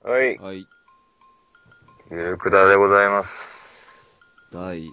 はい。 はい。 ゆるくだでございます。 第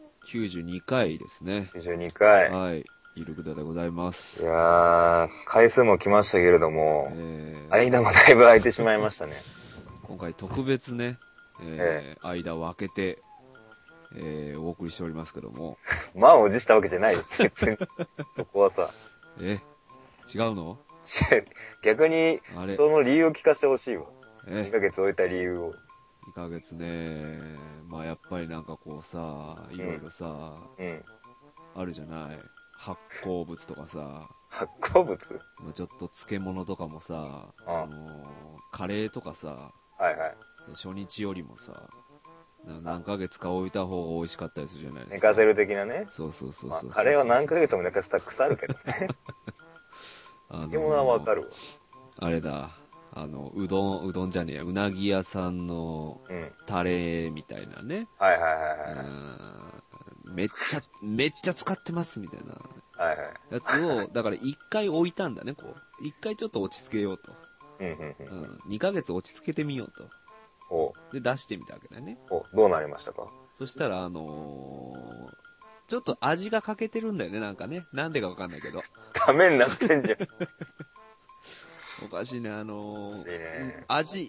92回ですね。 92回。 はい。ゆるくだでございまいす。 やー、回数も来ましたけれども、 え間もだいぶ空いてしまいましたね。 今回特別ね、 え間を空けて、お送りしておりますけども。 満を持したわけじゃないです、別に。そこはさ。 違うの？ 逆に、 あれその理由を聞かせてほしいわ。2ヶ 2 月置いた理由を。 ヶ月ね、まあやっぱりなんかこうさ、いろいろさ、 うん。 あるじゃない。発酵物とかさ、 発酵物？ まあ、ちょっと漬物とかもさ、カレーとかさ、 はいはい。 初日よりもさ、何ヶ月か置いた方が美味しかったりするじゃないですか。 寝かせる的なね。 そうそうそうそう。 まあ、カレーは何ヶ月も寝かせたら腐るけどね。漬物はわかるわ。 あれだ、うどんじゃねえや、うなぎ屋さんのタレみたいなね。 はいはいはいはい。めっちゃ使ってますみたいなはいはい。 やつを、だから一回置いたんだね、こう。一回ちょっと落ち着けようと。2ヶ月落ち着けてみようと。で、出してみたわけだよね。 どうなりましたか？ そしたら、ちょっと味が欠けてるんだよね、なんかね。なんでかわかんないけど。 ダメになってんじゃん。 おかしいね、 おかしいね。 味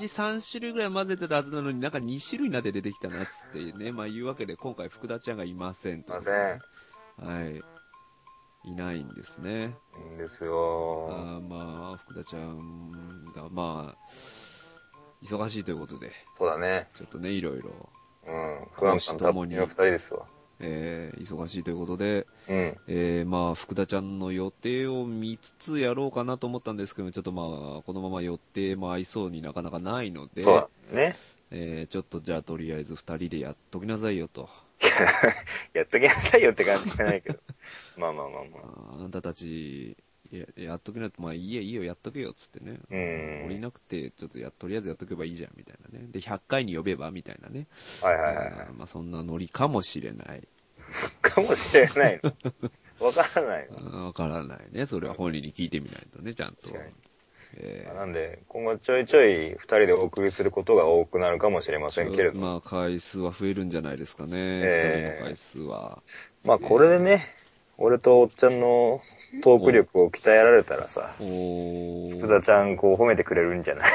3種類ぐらい混ぜてたはずなのになんか2種類になって出てきたなっつってね、まあいうわけで今回福田ちゃんがいませんと。 すいません。 はい。いないんですね。 いいんですよ。 まあ、福田ちゃんがまあ、忙しいということで。 そうだね。 ちょっとね、いろいろ。 不安感たっぷりの二人ですわ。 忙しいということで、 うん。 まあ、福田ちゃんの予定を見つつやろうかなと思ったんですけど、ちょっとまあ、このまま予定も合いそうになかなかないので、 そうだね。 ちょっとじゃあとりあえず二人でやっときなさいよと。 やっときなさいよって感じじゃないけど。まあまあまあまあ。 あんたたち、やっときなと、まあいいよ、やっとけよ、つってね。俺いなくて、ちょっととりあえずやっとけばいいじゃん、みたいなね。で、100回に呼べば、みたいなね。 はいはいはい、はい。 まあそんなノリかもしれない。 かもしれないの。わからないの。 わからないね。それは本人に聞いてみないとね、ちゃんと。 なんで、今後ちょいちょい二人でお送りすることが多くなるかもしれませんけれども。 まあ回数は増えるんじゃないですかね、二人の回数は。 まあこれでね、俺とおっちゃんのトーク力を鍛えられたらさ、福田ちゃんこう褒めてくれるんじゃない？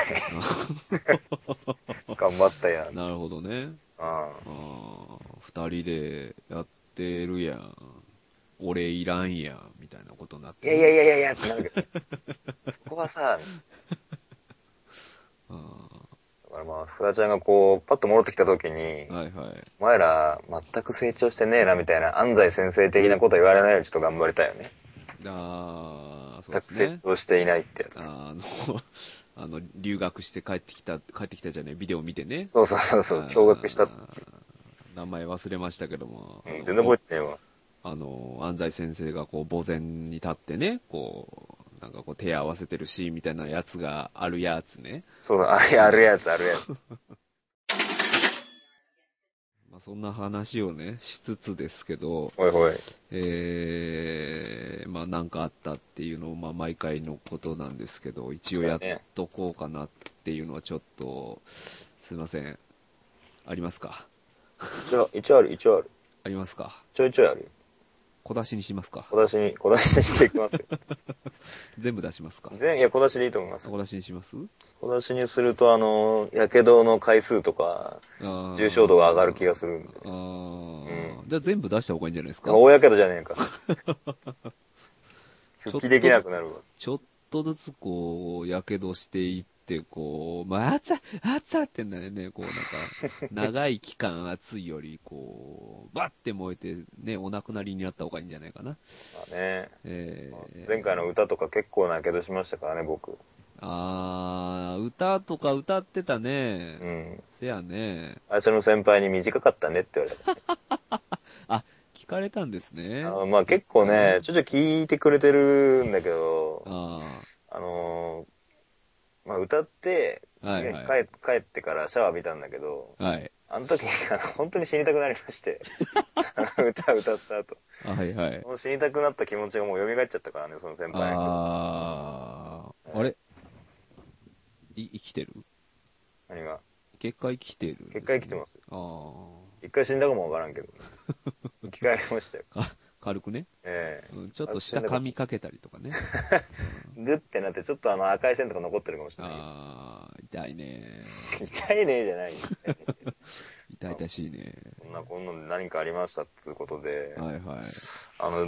頑張ったやん。 なるほどね。二人でやってるやん。俺いらんやん。みたいなことになって、 ね。いやってなるけど。そこはさ、だからまあ、福田ちゃんがこう、パッと戻ってきた時に、お前ら全く成長してねえなみたいな安西先生的なこと言われないようにちょっと頑張りたいよね。 そうですね。 全く成長していないってやつ。 留学して帰ってきたじゃない、ビデオ見てね。 そう、驚愕したって。 名前忘れましたけども。 全然覚えてねえわ。 安西先生がこう、墓前に立ってね、こう、なんかこう手合わせてるシーンみたいなやつがあるやつね。 そうだ、あるやつ。 まあそんな話をね、しつつですけど、 ほい。 まあなんかあったっていうのを、まあ毎回のことなんですけど、一応やっとこうかなっていうのはちょっと、すいません。ありますか？ 一応ある。 ありますか？ ちょいあるよ。 小出しにしますか？ 小出しにしていきますよ。 全部出しますか？ いや、小出しでいいと思います。 小出しにします？ 小出しにすると、やけどの回数とか、重症度が上がる気がするんで。 じゃあ全部出した方がいいんじゃないですか？ 大やけどじゃねえか。復帰できなくなるわ。 ちょっとずつこう、やけどしていって、こう、まあ、熱ってんだよね、こうなんか、長い期間熱いより、こう、バッて燃えて、ね、お亡くなりになった方がいいんじゃないかな。 まあね。前回の歌とか結構なやけどしましたからね、僕。 歌とか歌ってたね。せやね。 最初の先輩に短かったねって言われた。 聞かれたんですね。 まあ結構ね、ちょ聞いてくれてるんだけど、まあ歌って、次の日帰ってからシャワー浴びたんだけど、あの時本当に死にたくなりまして、歌った後。その死にたくなった気持ちがもう蘇っちゃったからね、その先輩の。 あれ生きてる？ 結界来てるんですね。 結界来てます。 ああ。 一回死んだかもわからんけど。生き返りましたよ。 軽くね。ちょっと下噛みかけたりとかね。 グッてなって、ちょっと赤い線とか残ってるかもしれない。 ああ、痛いね。 痛いねじゃない。 痛々しいね。 こんなの何かありましたっつうことで。 はいはい。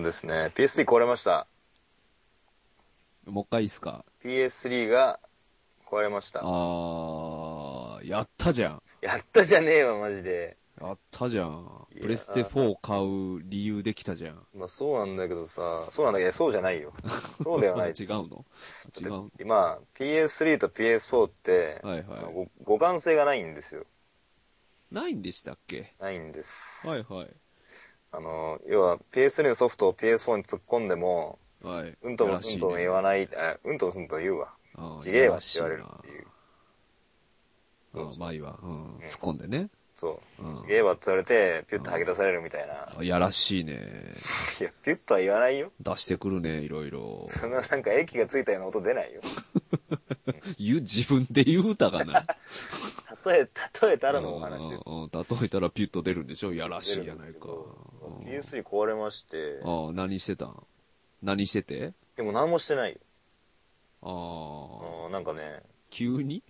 ですね、PS3 壊れました。 もう一回いいっすか？ PS3 が壊れました。 やったじゃん。 やったじゃねえわ、マジで。 やったじゃん。プレステ4買う理由できたじゃん。 まあそうなんだけどさ、そうなんだけど、そうじゃないよ。そうではないです。 違うの？違うの？ 今、PS3 と PS4 って、 はいはい。 互換性がないんですよ。 ないんでしたっけ？ ないんです。 はいはい。 要は PS3 のソフトを PS4 に突っ込んでも、 はい。 うんともすんとも言わない、うんともすんとも言うわ。ちげえわって言われるっていう。 まあいいわ。突っ込んでね。 そう。ちげえわって言われて、ピュッと吐き出されるみたいな。 やらしいね。 いや、ピュッとは言わないよ。 出してくるね、いろいろ。 そんななんか液がついたような音出ないよ。 自分で言うたかな。 例えたらのお話です。 例えたらピュッと出るんでしょ？やらしいやないか。 PS3 壊れまして。 何してたん？何してて？ でも何もしてないよ。 なんかね。 急に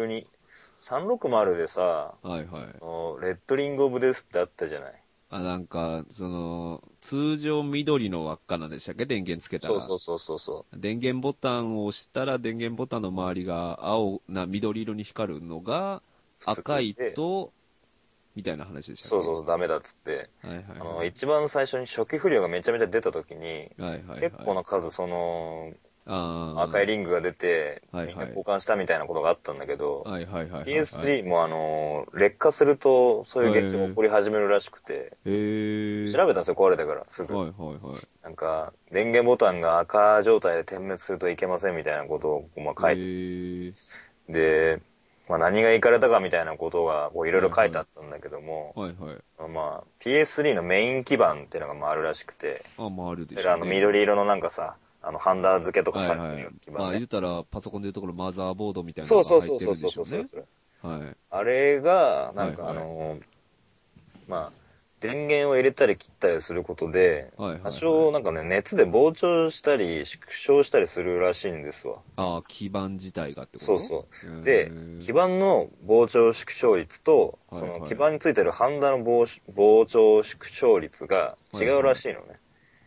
360でさ、 はいはい。 レッドリングオブデスってあったじゃない。 なんか、通常緑の輪っかなんでしたっけ？電源つけたら。 そう。 電源ボタンを押したら電源ボタンの周りが緑色に光るのが赤いと、みたいな話でしたっけ？ そう、ダメだっつって。 はいはい。 一番最初に初期不良がめちゃめちゃ出た時に、結構な数赤いリングが出て、みんな交換したみたいなことがあったんだけど、PS3 も劣化するとそういう現象が起こり始めるらしくて、調べたんですよ、壊れたから、すぐ。なんか、電源ボタンが赤状態で点滅するといけませんみたいなことを書いてで、まあ何がいかれたかみたいなことがいろいろ書いてあったんだけども、まあ PS3 のメイン基板っていうのがあるらしくて、 あるでしょうね。 緑色のなんかさ、ハンダ付けとかさ、 まあ言うたらパソコンでいうところマザーボードみたいなのが入ってるんでしょうね。 あれが、なんかまあ、電源を入れたり切ったりすることで、多少なんかね、熱で膨張したり縮小したりするらしいんですわ。 基板自体がってこと？ そう。で、基板の膨張縮小率と、その基板についてるハンダの膨張縮小率が違うらしいのね。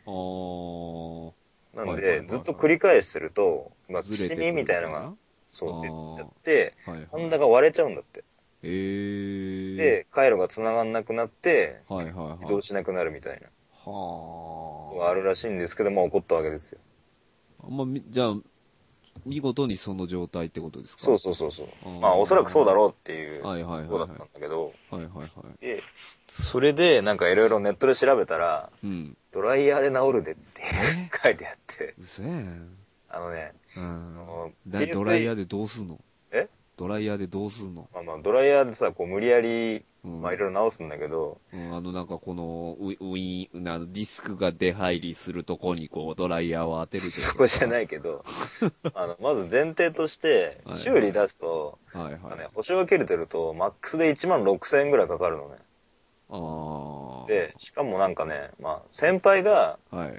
なんで、ずっと繰り返してると、きしみみたいなのが、そう出ちゃって、ハンダが割れちゃうんだって。で、回路が繋がんなくなって、起動しなくなるみたいな。があるらしいんですけど、まあ起こったわけですよ。 じゃあ、見事にその状態ってことですか？ そう。まあおそらくそうだろうっていうことだったんだけど、で、それでなんかいろいろネットで調べたら、ドライヤーで治るでって書いてあって。 うせえん。 ドライヤーでどうすんの？ドライヤーでどうすんの？ まあドライヤーでさ、無理やり、まあいろいろ直すんだけど、 なんかこの、ディスクが出入りするとこにドライヤーを当てるってこと？ そこじゃないけど、まず前提として、修理出すと、保証が切れてると、マックスで16,000円ぐらいかかるのね。で、しかもなんかね、まあ先輩が、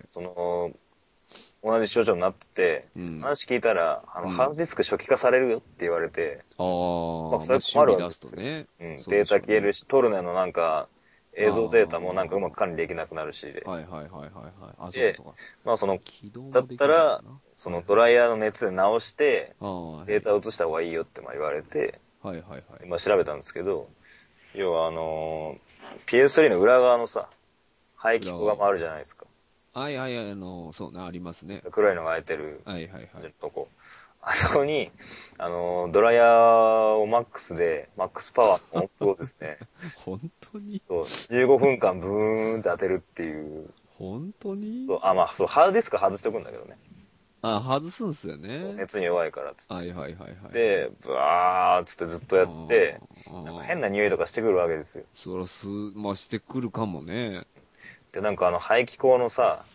同じ症状になってて、話聞いたら、ハードディスク初期化されるよって言われて、それ困るわけですよ。データ消えるし、トルネのなんか、映像データもなんかうまく管理できなくなるし。で、まあだったら、そのドライヤーの熱で直して、データを移した方がいいよって言われて、まあ調べたんですけど、要はPS3 の裏側のさ、排気口が回るじゃないですか。 そうね、ありますね。 黒いのが開いてるとこ。あそこに、ドライヤーをマックスパワーの音符をですね。 本当に？ そう、15分間ブーンって当てるっていう。 本当に？ まあ、ハードディスク外しておくんだけどね。 外すんすよね。 熱に弱いからっつって。で、ブワーっつってずっとやって、なんか変な匂いとかしてくるわけですよ。 まあしてくるかもね。 で、なんか排気口のさ、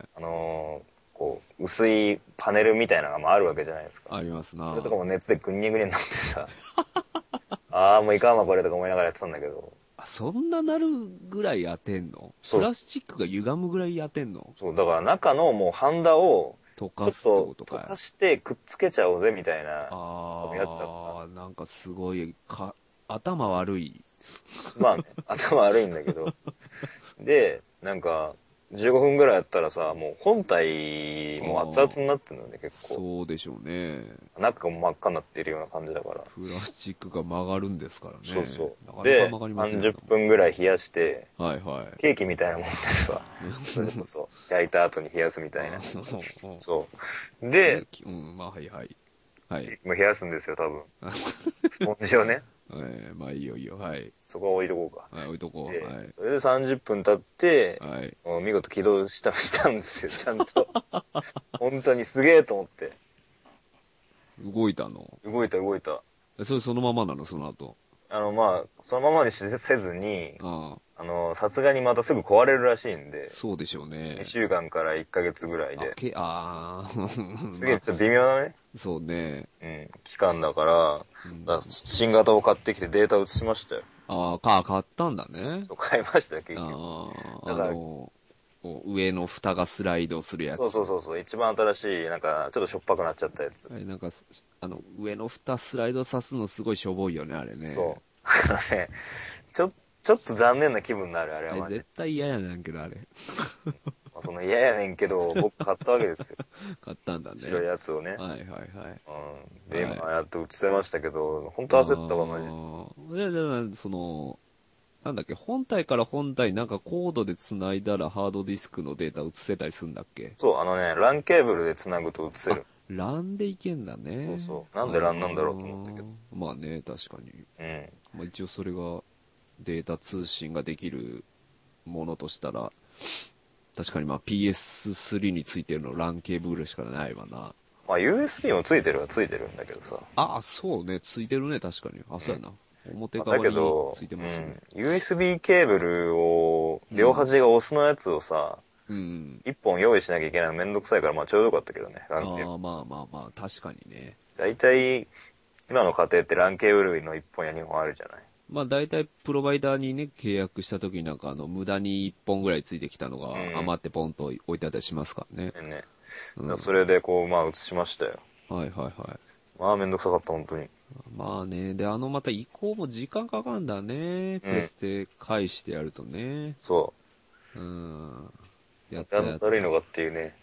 薄いパネルみたいなのがあるわけじゃないですか。 ありますな。 それとかも熱でグニグニになってさ、 ああ、もういかんわこれとか思いながらやってたんだけど。 あ、そんななるぐらい当てんの？プラスチックが歪むぐらい当てんの？ そう、だから中のもうハンダを、 溶かすってことか。 溶かしてくっつけちゃおうぜみたいなやつだった。 あー、なんかすごい、頭悪い。 まあね、頭悪いんだけど。で、なんか、15分ぐらいやったらさ、もう本体も熱々になってるのね、結構。 そうでしょうね。 中がもう真っ赤になっているような感じだから。 プラスチックが曲がるんですからね。 そうそう。 なかなかで、 曲がりますね。 30分ぐらい冷やして、 はいはい。 ケーキみたいなもんですわ。それこそ、焼いた後に冷やすみたいな。そう。で、 まあはいはい。はい。 もう冷やすんですよ、多分。スポンジをね。 まあいいよいいよ、はい。 そこは置いとこうか。 はい、置いとこう。はい。 それで30分経って、 はい。 見事起動したんですよ、ちゃんと。本当にすげえと思って。 動いたの？ 動いた。 それそのままなの、その後？ まあ、そのままにせずに、さすがにまたすぐ壊れるらしいんで。 そうでしょうね。 2週間から1ヶ月ぐらいで。すげえちょっと微妙なね。 そうね。 期間だから、新型を買ってきてデータを移しましたよ。 買ったんだね。 そう、買いましたよ、結局。 上の蓋がスライドするやつ。 そう。一番新しい、なんか、ちょっとしょっぱくなっちゃったやつ。 なんか、上の蓋スライドさすのすごいしょぼいよね、あれね。 そう。ね、ちょっと残念な気分になる、あれはマジで。 絶対嫌やねんけど、あれ。 その嫌やねんけど、僕買ったわけですよ。 買ったんだね。 白いやつをね。 はい。 で、今やっと映せましたけど、本当焦ったわ、マジで。 で、なんだっけ、本体から本体なんかコードで繋いだらハードディスクのデータ移せたりするんだっけ？ そう、LAN ケーブルで繋ぐと移せる。 LAN でいけんだね。 そう。なんで LAN なんだろうと思ったけど。 まあね、確かに。まあ一応それがデータ通信ができるものとしたら、確かにまあ PS3 についてるの LAN ケーブルしかないわな。 まあ USB もついてるはついてるんだけどさ。 そうね、ついてるね、確かに。そうやな。表側についてますね。 USB ケーブルを、両端がオスのやつをさ、一本用意しなきゃいけないのめんどくさいから、まあちょうどよかったけどね、ランケーブル。 まあ、確かにね。 大体、今の家庭ってランケーブルの1本や2本あるじゃない。 まあ大体プロバイダーにね、契約した時になんか無駄に1本ぐらいついてきたのが余ってポンと置いてあったりしますからね。 それでこう、まあ移しましたよ。 はい。 まあめんどくさかった、本当に。 まあね、で、また移行も時間かかんだね。プレステ返してやるとね。 そう。 やっ悪いのかっていうね。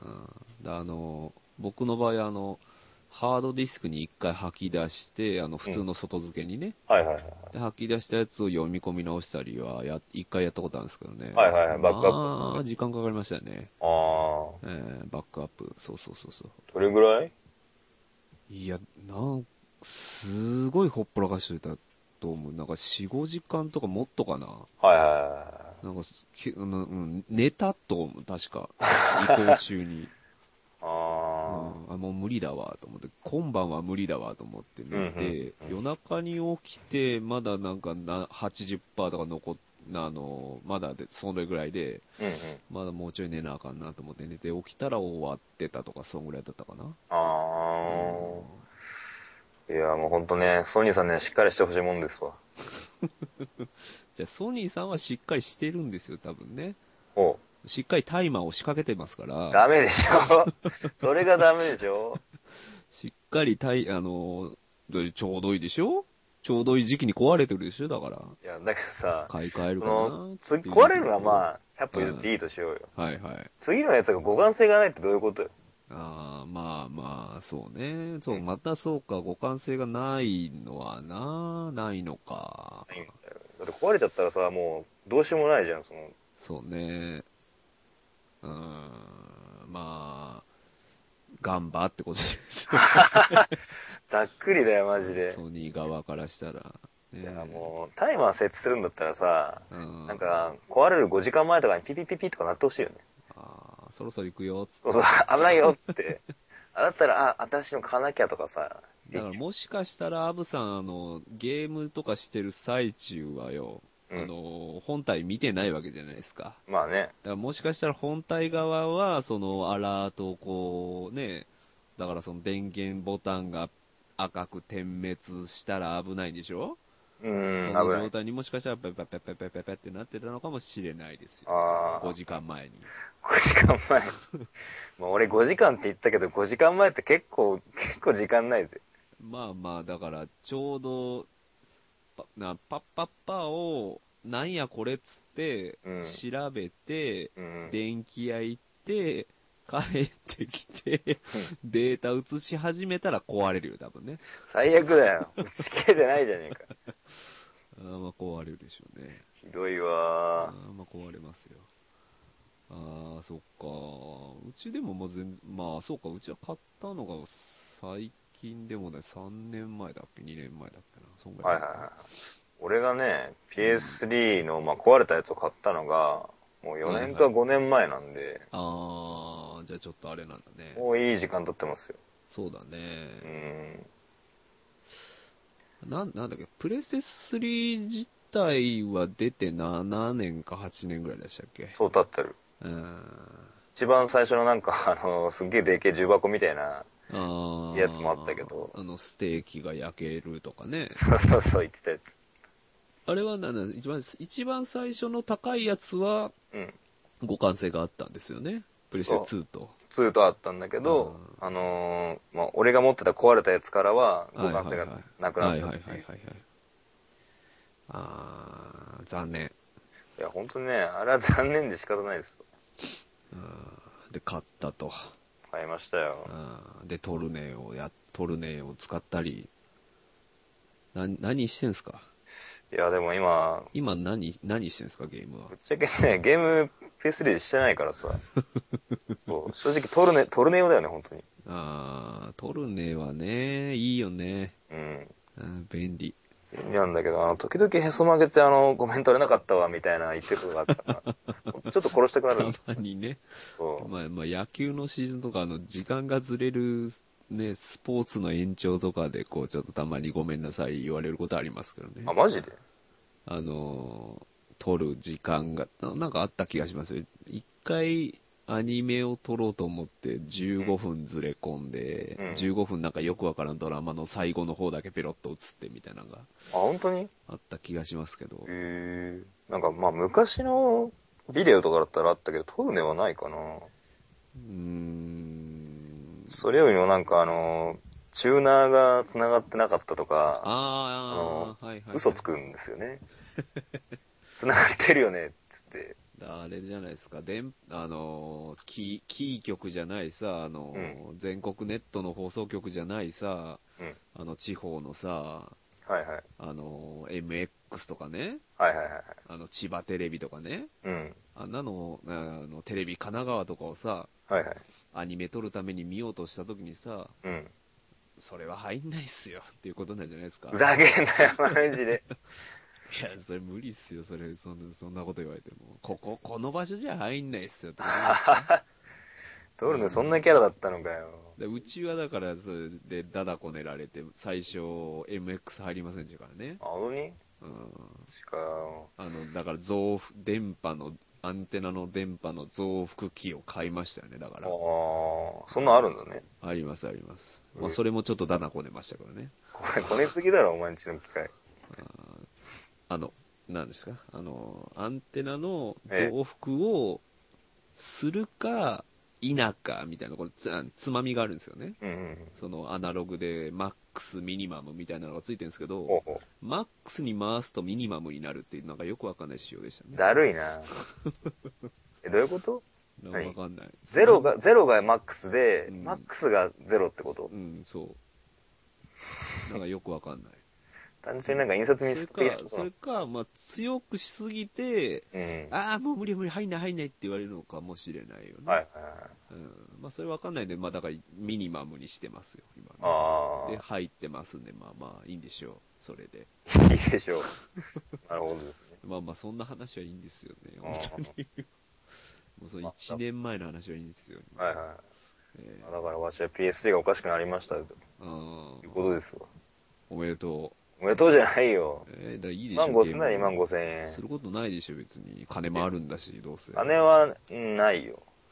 僕の場合ハードディスクに一回吐き出して、普通の外付けにね。で、吐き出したやつを読み込み直したりは、一回やったことあるんですけどね。 バックアップ。時間かかりましたよね。バックアップ。そう。 どれぐらい？ いや、すごいほっぽらかしといたと思う。なんか4、5時間とかもっとかな。なんか、寝たと思う、確か。移行中に。もう無理だわと思って、今晩は無理だわと思って寝て、夜中に起きて、まだなんか80%とかまだそれぐらいで、まだもうちょい寝なあかんなと思って寝て、起きたら終わってたとか、そんぐらいだったかな。 いや、もうほんとね、ソニーさんね、しっかりしてほしいもんですわ。 じゃあ、ソニーさんはしっかりしてるんですよ、多分ね。 おしっかりタイマーを仕掛けてますから。 ダメでしょそれがダメでしょしっかりちょうどいいでしょ？ちょうどいい時期に壊れてるでしょだから。 いや、だけどさ、 買い替えるかな壊れるのはまあ、100歩譲っていいとしようよ。次のやつが互換性がないってどういうことよ。 まあ、そうね。そう、またそうか、互換性がないのはないのか。 ないんだよ。だって壊れちゃったらさ、もう、どうしようもないじゃん、 そうね。まあ、ガンバってことですよ。 ざっくりだよ、マジで。 ソニー側からしたら。 いや、もう、タイマー設置するんだったらさ、なんか、壊れる5時間前とかにピピピピとかなってほしいよね。 そろそろ行くよ、つって。 そう、危ないよ、つって。だったら、私の買わなきゃとかさ。 だからもしかしたら、アブさん、ゲームとかしてる最中はよ、本体見てないわけじゃないですか。 まあね。 だからもしかしたら本体側は、アラートをこうね、だからその電源ボタンが赤く点滅したら危ないんでしょ。 その状態にもしかしたらペペペペペペペってなってたのかもしれないですよ、5時間前に。 5時間前まあ俺5時間って言ったけど、5時間前って結構時間ないぜ。 まあまあ、だからちょうどパッパッパをなんやこれっつって、調べて、電気屋行って帰ってきて、データ移し始めたら壊れるよ、多分ね。 最悪だよ。打ち切れてないじゃねえか。 まあ壊れるでしょうね。 ひどいわまあ壊れますよ。そっか。うちでもまあそうか、うちは買ったのが最近でもね、3年前だっけ、2年前だっけな、そんぐらいだった。はいはいはい。 俺がね、PS3 の、まあ、壊れたやつを買ったのが、もう4年か5年前なんで。 じゃあちょっとあれなんだね。 もういい時間経ってますよ。 そうだね。なんだっけ、プレステ3自体は出て7年か8年ぐらいでしたっけ。 そう経ってる。一番最初のなんか、すっげえでけえ重箱みたいなやつもあったけど。 ステーキが焼けるとかね。 そうそうそう、言ってたやつ。 あれは一番最初の高いやつは、互換性があったんですよね。プレステ2と。 2とあったんだけど、まあ、俺が持ってた壊れたやつからは、互換性がなくなった。 残念。 いや、ほんとね、あれは残念で仕方ないですよ。 で、買ったと。 買いましたよ。 で、トルネを使ったり、何してんすか？ いや、でも今何してんすか、ゲームは。 ぶっちゃけね、ゲーム PS3 でしてないからさ。そう、正直トルネ用だよね、本当に。 トルネはね、いいよね。便利。 便利なんだけど、時々へそ曲げてごめん取れなかったわ、みたいな言ってることがあったから、ちょっと殺したくなる。 たまにね。まあ、野球のシーズンとか、時間がずれる、ね、スポーツの延長とかで、ちょっとたまにごめんなさい言われることありますけどね。 マジで？ 撮る時間が、なんかあった気がしますよ。一回、アニメを撮ろうと思って15分ずれ込んで、15分なんかよくわからんドラマの最後の方だけペロッと映ってみたいなのが。 本当に？ あった気がしますけど。 なんかまあ昔のビデオとかだったらあったけど、撮るねはないかな。それよりもなんかチューナーが繋がってなかったとか、嘘つくんですよね。繋がってるよね、つって。 あれじゃないですか、キー局じゃないさ、全国ネットの放送局じゃないさ、地方のさ、MX とかね、千葉テレビとかね、あんなの、テレビ神奈川とかをさ、アニメ撮るために見ようとしたときにさ、それは入んないっすよっていうことなんじゃないですか。 ふざけんなよ、マジで。 いや、それ無理っすよ、そんなこと言われても。この場所じゃ入んないっすよってこと撮るね、そんなキャラだったのかよ。 うちはだから、それでダダこねられて、最初 MX 入りませんでしたからね。 本当に？ だからアンテナの電波の増幅器を買いましたよね、だから。 そんなんあるんだね。 あります。まあ、それもちょっとダダこねましたからね。 こねすぎだろ、お前んちの機械。 何ですか？アンテナの増幅をするか否かみたいな、これつまみがあるんですよね。そのアナログでマックス、ミニマムみたいなのがついてるんですけど、マックスに回すとミニマムになるっていう、なんかよくわかんない仕様でしたね。 だるいな。どういうこと？ わかんない。 ゼロがマックスで、マックスがゼロってこと？ そう。なんかよくわかんない。 単純になんか印刷ミス的なこと。 それか、まあ、強くしすぎて、もう無理入んないって言われるのかもしれないよね。まあ、それわかんないんで、まあ、だからミニマムにしてますよ、今ね。で、入ってますんで、まあ、いいんでしょう、それで。 いいでしょう。なるほどですね。 まあ、そんな話はいいんですよね、本当に。もうその1年前の話はいいんですよ。 だからわしは PS3 がおかしくなりましたということですわ。 おめでとう。 おめでとうじゃないよ。 いいでしょ。 2万5千円、2万5千円。 することないでしょ、別に。金もあるんだし、どうせ。 金は、ないよ。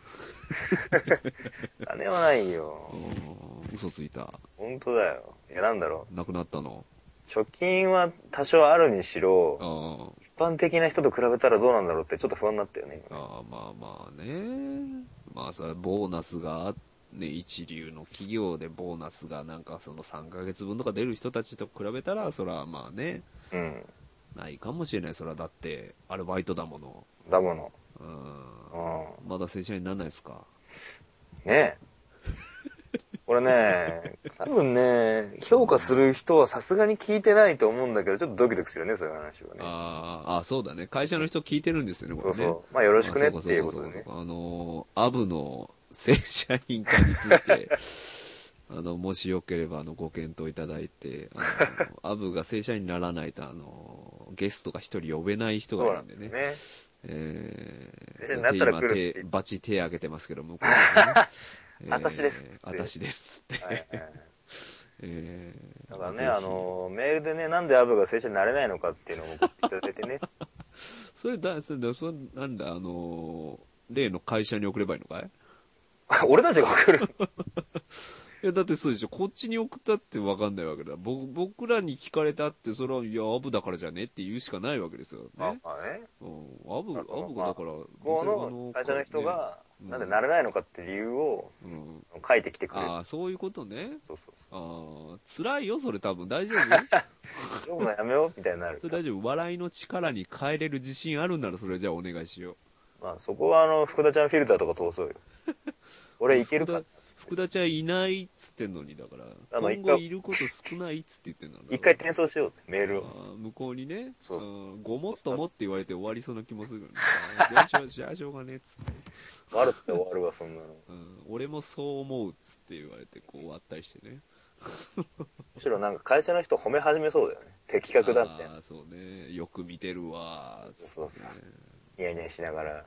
金はないよ。 嘘ついた。 本当だよ。いや、なんだろう。なくなったの。 貯金は多少あるにしろ、一般的な人と比べたらどうなんだろうってちょっと不安になったよね。 まあね。まあさ、ボーナスがね、一流の企業でボーナスがなんかその3ヶ月分とか出る人たちと比べたら、そらまあね、ないかもしれない。そらだって、アルバイトだもの。 だもの。 まだ正社員にならないですか。 ねえ。俺ね、多分ね、評価する人はさすがに聞いてないと思うんだけど、ちょっとドキドキするよね、そういう話はね。 そうだね。会社の人聞いてるんですよね、これね。 そう。まあよろしくねっていうことでね。 アブの正社員化について、もしよければご検討いただいて、アブが正社員にならないと、ゲストが一人呼べない人がいるんでね。 そうなんですね。 今、バチ手挙げてますけども、これね、私です。 私ですって。 だからね、メールでね、なんでアブが正社員になれないのかっていうのを送っていただいてね。 それなんだ、例の会社に送ればいいのかい？ 俺たちが送るいや、だってそうでしょ。こっちに送ったって分かんないわけだ。僕らに聞かれたって、それは、いや、アブだからじゃねって言うしかないわけですよね。 アブがだから、 この会社の人が、なんでなれないのかって理由を、書いてきてくれる。 そういうことね。 そう。 辛いよ、それ多分。大丈夫読むのやめようみたいになる。 それ大丈夫。笑いの力に変えれる自信あるんなら、それじゃあお願いしよう。まあ、そこは福田ちゃんフィルターとか通そうよ。俺いけるか。 福田ちゃんいないっつってんのに、だから、今後いること少ないっつって言ってんの。 一回転送しようぜ、メールを。 向こうにね、 そうごもっともって言われて終わりそうな気もするからね。じゃあしょうがねえっつって。 悪くて終わるわ、そんなの。 俺もそう思うっつって言われて、こう終わったりしてね。 むしろなんか会社の人褒め始めそうだよね。的確だって。 そうね。よく見てるわ。 そう。ニヤニヤしながら。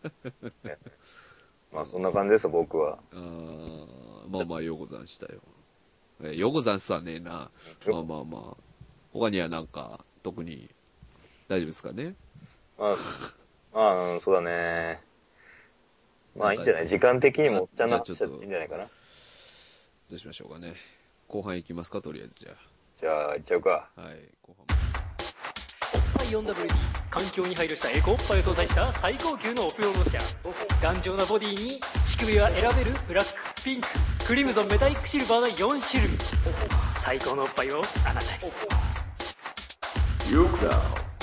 まあそんな感じですよ、僕は。 まあ、ようござんしたよ。ようござんすはねえな。まあ。他にはなんか、特に、大丈夫ですかね。 まあ、そうだね。まあいいんじゃない？時間的にもおっちゃんの話だっていいんじゃないかな。 どうしましょうかね。後半いきますか、とりあえずじゃあ。 じゃあ、行っちゃうか。 はい、後半。 4WD 環境に配慮したエコおっぱいを搭載した最高級のオフロード車。頑丈なボディに乳首は選べるブラック、ピンク、クリムゾン、メタリックシルバーの4種類。最高のおっぱいをあなたに。 よくだ。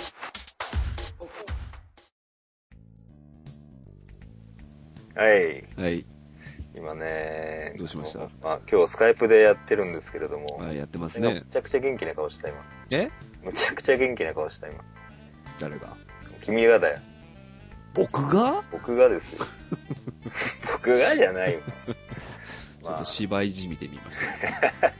はい。 今ね、 どうしました？ 今日スカイプでやってるんですけれども。 やってますね。 むちゃくちゃ元気な顔した今。むちゃくちゃ元気な顔した今。 誰が？ 君がだよ。 僕がですよ。僕がじゃないよ。 ちょっと芝居じみてみました。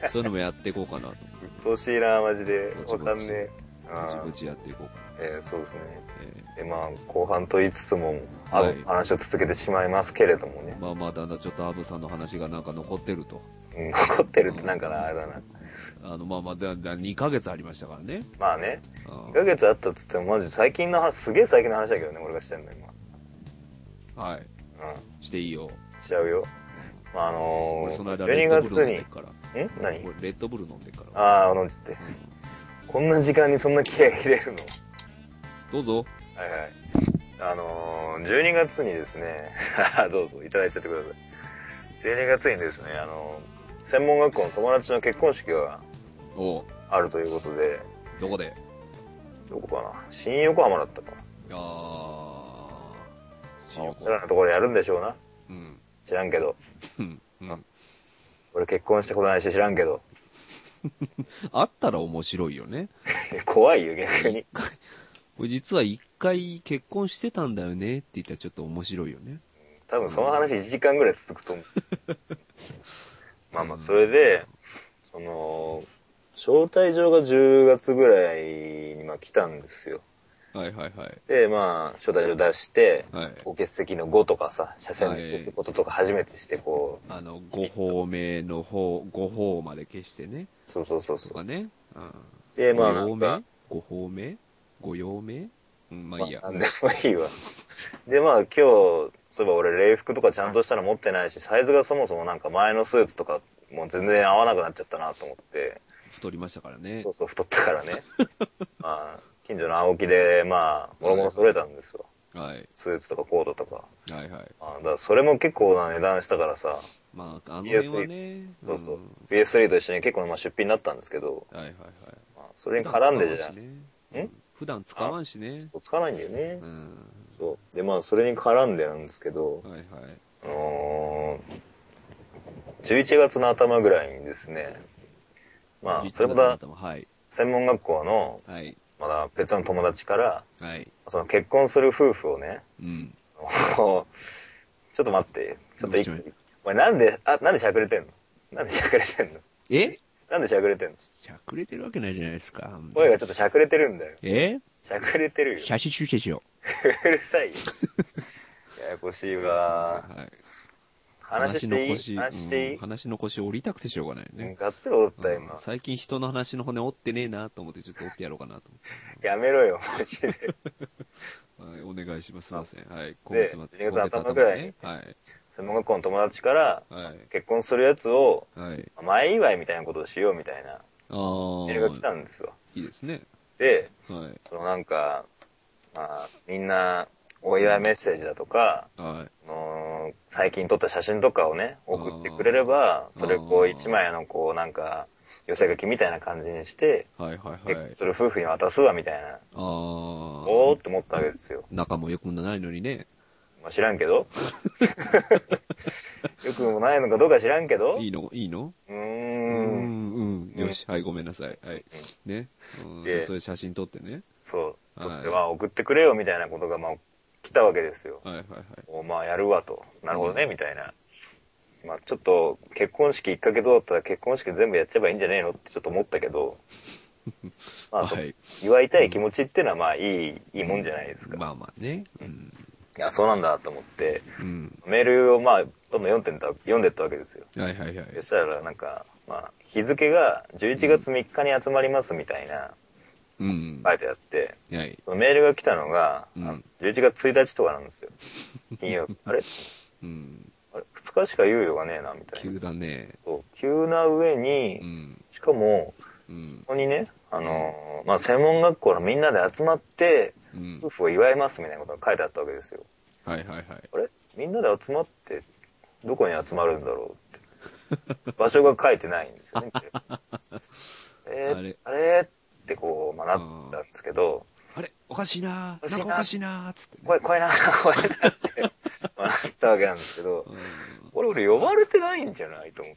そういうのもやっていこうかなと。 うっとうしいな、マジで。わかんねえ。 ぼちぼちやっていこうかな。そうですね。で、まあ、後半と言いつつも、話を続けてしまいますけれどもね。 まあ、だんだんちょっとアブさんの話がなんか残ってると。 残ってるってなんかな、あれだな。 2ヶ月ありましたからね。 まあね。2ヶ月あったっつっても、マジすげえ最近の話だけどね、俺がしてんの、今。 はい。していいよ。 しちゃうよ。 その間レッドブル飲んでっから。 何？ レッドブル飲んでっから。 飲んじゃって。こんな時間にそんな気合い入れるの？ どうぞ。 はい。12月にですね、どうぞ、いただいちゃってください。12月にですね、専門学校の友達の結婚式があるということで。 どこで？ どこかな？新横浜だったかな。新横浜のところでやるんでしょうな。知らんけど。俺結婚したことないし知らんけど。 あったら面白いよね。 怖いよ、逆に。 俺実は一回結婚してたんだよねって言ったらちょっと面白いよね。 多分その話1時間ぐらい続くと思う。それで、招待状が10月ぐらいに来たんですよ。で、招待状出して、ご欠席の5とかさ、車線で消すこととか初めてして、こう。 5方目の5方まで消してね。 そう。 とかね。 で、 5方目 ?5 方目 ?5 用目まあいいや。 なんでもいいわ。 で、まあ今日、そういえば俺礼服とかちゃんとしたの持ってないし、サイズがそもそもなんか前のスーツとかもう全然合わなくなっちゃったなと思って。 太りましたからね。 そうそう、太ったからね。まあ、近所の青木で、まあ、もろもろ揃えたんですよ。 はい。 スーツとかコートとか。 はいはい。 だからそれも結構な値段したからさ。 まあ、あの辺はね。 そうそう。PS3 と一緒に結構出品になったんですけど。 はいはいはい。 まあ、それに絡んでじゃん普段使わんしね。 使わないんだよね。そう。で、まあ、それに絡んでなんですけど。はいはい。11月の頭ぐらいにですね。まあ、それまた、専門学校の、まだ別の友達から、その結婚する夫婦をね、ちょっと待って、ちょっとお前なんでしゃくれてんの？なんでしゃくれてんの？なんでしゃくれてんの？ しゃくれてるわけないじゃないですか。 声がちょっとしゃくれてるんだよ。しゃくれてるよ。 写真集中しよう。うるさいよ。ややこしいわ。話していい？ 話の腰折りたくてしょうがないね。 がっつり折ったよ、今。 最近人の話の骨折ってねえなと思ってちょっと折ってやろうかなと思って。 やめろよ、マジで。 はい、お願いします。すいません。はい。 で、12月頭ぐらいに、専門学校の友達から、結婚するやつを、前祝いみたいなことをしようみたいな、メールが来たんですわ。 いいですね。 で、そのなんか、まあ、みんな、お祝いメッセージだとか、最近撮った写真とかをね、送ってくれれば、それをこう一枚のこうなんか、寄せ書きみたいな感じにして、結婚する夫婦に渡すわみたいな。おーって思ったわけですよ。 仲も良くもないのにね。 まあ知らんけど。良くもないのかどうか知らんけど。 いいのよし、はい、ごめんなさい。はい。ね。で、そういう写真撮ってね。 そう。まあ送ってくれよみたいなことがまあ来たわけですよ。まあやるわと。なるほどね、みたいな。まあちょっと結婚式1ヶ月だったら結婚式全部やっちゃえばいいんじゃねえのってちょっと思ったけど、まあ祝いたい気持ちっていうのはまあいいもんじゃないですか。 まあまあね。 いや、そうなんだと思って、メールをまあどんどん読んでったわけですよ。そしたらなんか、まあ日付が11月3日に集まりますみたいな、書いてあって、メールが来たのが、11月1日とかなんですよ。金曜日。あれ2日しか猶予がねえな、みたいな。 急だね。 そう、急な上に、しかも、ここにね、まあ、専門学校のみんなで集まって、夫婦を祝いますみたいなことが書いてあったわけですよ。あれみんなで集まって、どこに集まるんだろうって。場所が書いてないんですよね。あれってこう、まあ、なったんですけど、 あれおかしいななんかおかしいなつって、ね。 怖いなって、まあ、なったわけなんですけど、俺呼ばれてないんじゃないと思って。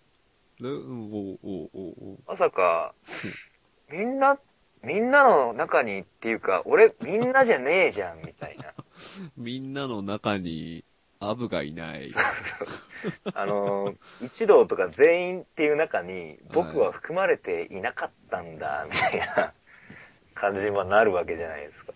まさか、みんなの中にっていうか、みんなじゃねえじゃん、みたいな。 みんなの中に、アブがいない。 一同とか全員っていう中に、僕は含まれていなかったんだ、みたいな感じになるわけじゃないですか。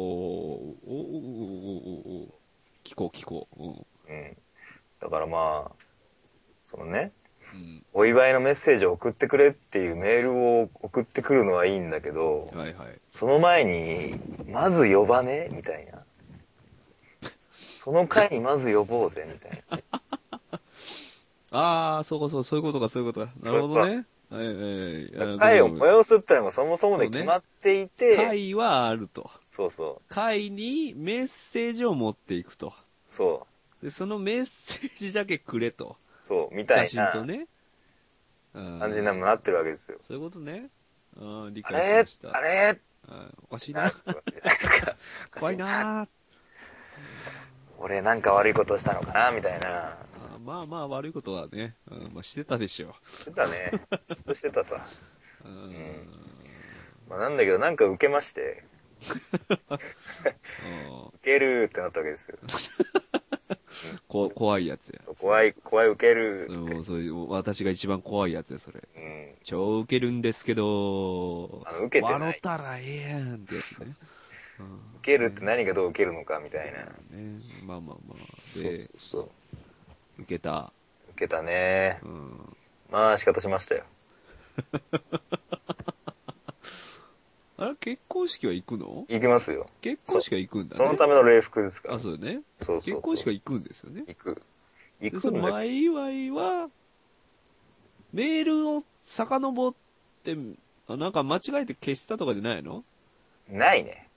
聞こう。 だからまあ、そのね、お祝いのメッセージを送ってくれっていうメールを送ってくるのはいいんだけど、その前に、まず呼ばねみたいな。その回にまず呼ぼうぜ、みたいな。そういうことか。なるほどね。 会を催すってのがそもそもで決まっていて、 会はあると。 そう。 会にメッセージを持っていくと。 そう。 で、そのメッセージだけくれと。 そう、みたいな。 写真とね。 感じになってるわけですよ。 そういうことね。理解しました。 あれおかしいな。怖いな。 俺なんか悪いことしたのかなみたいな。 まあ悪いことはね、してたでしょ。 してたね。してたさ。まあなんだけどなんか受けまして。受けるってなったわけですよ。 怖いやつや。 怖い受ける。 そういう、私が一番怖いやつや、それ。超受けるんですけど、 受けてない。 笑ったらええやんってやつね。 受けるって何がどう受けるのかみたいな。 まあ。で、 そう。 受けたね。まあ仕方しましたよ。 あれ結婚婚式は行くの？ 行きますよ。 結婚式は行くんだね。 そのための礼服ですから。 あ、そうね。 そう。 結婚式は行くんですよね。 行くで、その前祝いは、メールを遡って、なんか間違えて消したとかじゃないの？ ないね。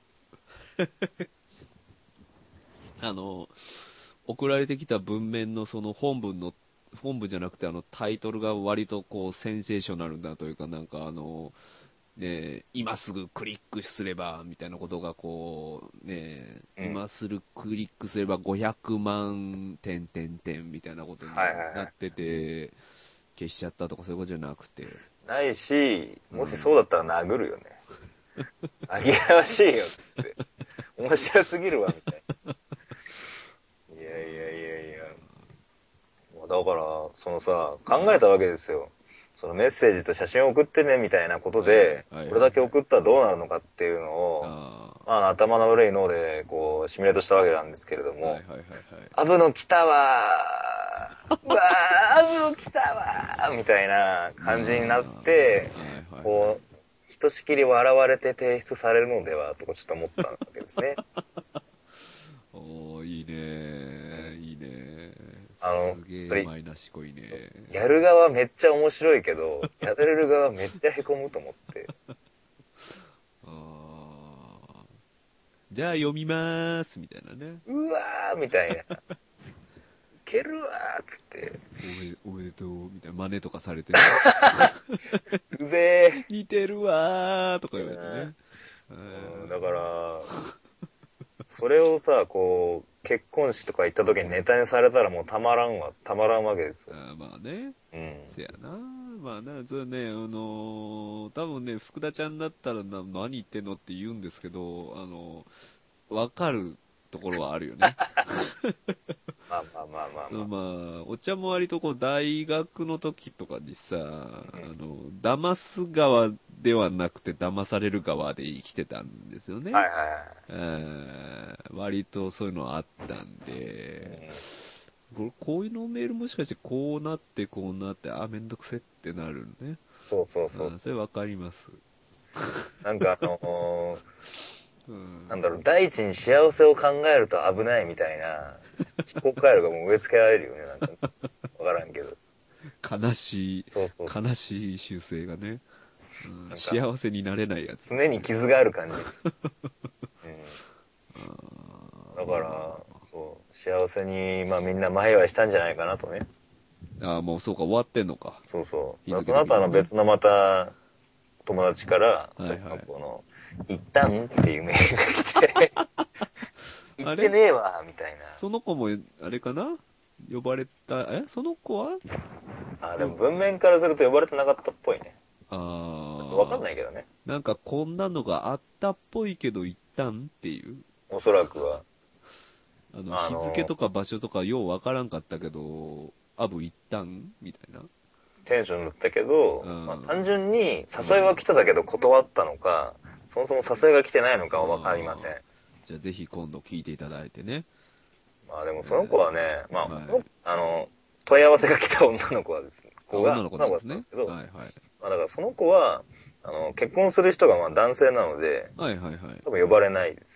送られてきた文面のその本文じゃなくてタイトルが割とこうセンセーショナルだというか、なんかね、今すぐクリックすればみたいなことがこうね、今すぐクリックすれば500万点みたいなことになってて、消しちゃったとかそういうことじゃなくて。ないし、もしそうだったら殴るよね。紛らわしいよって。面白すぎるわみたいな。いや。だから、そのさ、考えたわけですよ。そのメッセージと写真を送ってねみたいなことで、これだけ送ったらどうなるのかっていうのを、まあ頭の悪い脳でこうシミュレートしたわけなんですけれども、アブの来たわー、うわー、アブの来たわーみたいな感じになって、こう、ひとしきり笑われて提出されるのではとかちょっと思ったわけですね。 おー、いいね、いいね。 すげえマイナス思考いいね。 やる側めっちゃ面白いけど、やられる側めっちゃ凹むと思って。 じゃあ読みまーすみたいなね。 うわーみたいな。いけるわーっつって。 おめでとうみたいな真似とかされて、 うぜー。似てるわーとか言われてね。 だから、それをさ、こう、結婚式とか行った時にネタにされたらもうたまらんわけですよ。 まあね。せやな。まあな、それね、多分ね、福田ちゃんだったら何言ってんのって言うんですけど、わかるところはあるよね。 まあ、お茶も割とこう、大学の時とかにさ、騙す側ではなくて騙される側で生きてたんですよね。割とそういうのあったんで、こういうのメールもしかしてこうなって、めんどくせってなるね。 そう。 それわかります。 なんかなんだろう、第一に幸せを考えると危ないみたいな、思考回路がもう植え付けられるよね、なんか。わからんけど。 悲しい習性がね。幸せになれないやつ。 常に傷がある感じ。だから、そう、幸せに、まあみんな前祝いしたんじゃないかなとね。 もうそうか、終わってんのか。 そう。その後別のまた、友達から、小学校の、行ったんっていうメールが来て、行ってねえわ、みたいな。 その子も、あれかな呼ばれた、その子はでも文面からすると呼ばれてなかったっぽいね。わかんないけどね。 なんかこんなのがあったっぽいけど行ったんっていう。 おそらくは。 日付とか場所とかようわからんかったけど、アブ行ったんみたいな。 テンションだったけど、単純に誘いは来てたけど断ったのか、そもそも誘いが来てないのかはわかりません。 じゃあぜひ今度聞いていただいてね。 まあでもその子はね、問い合わせが来た女の子はですね、 女の子なんですね。 だからその子は、結婚する人がまあ男性なので、多分呼ばれないです。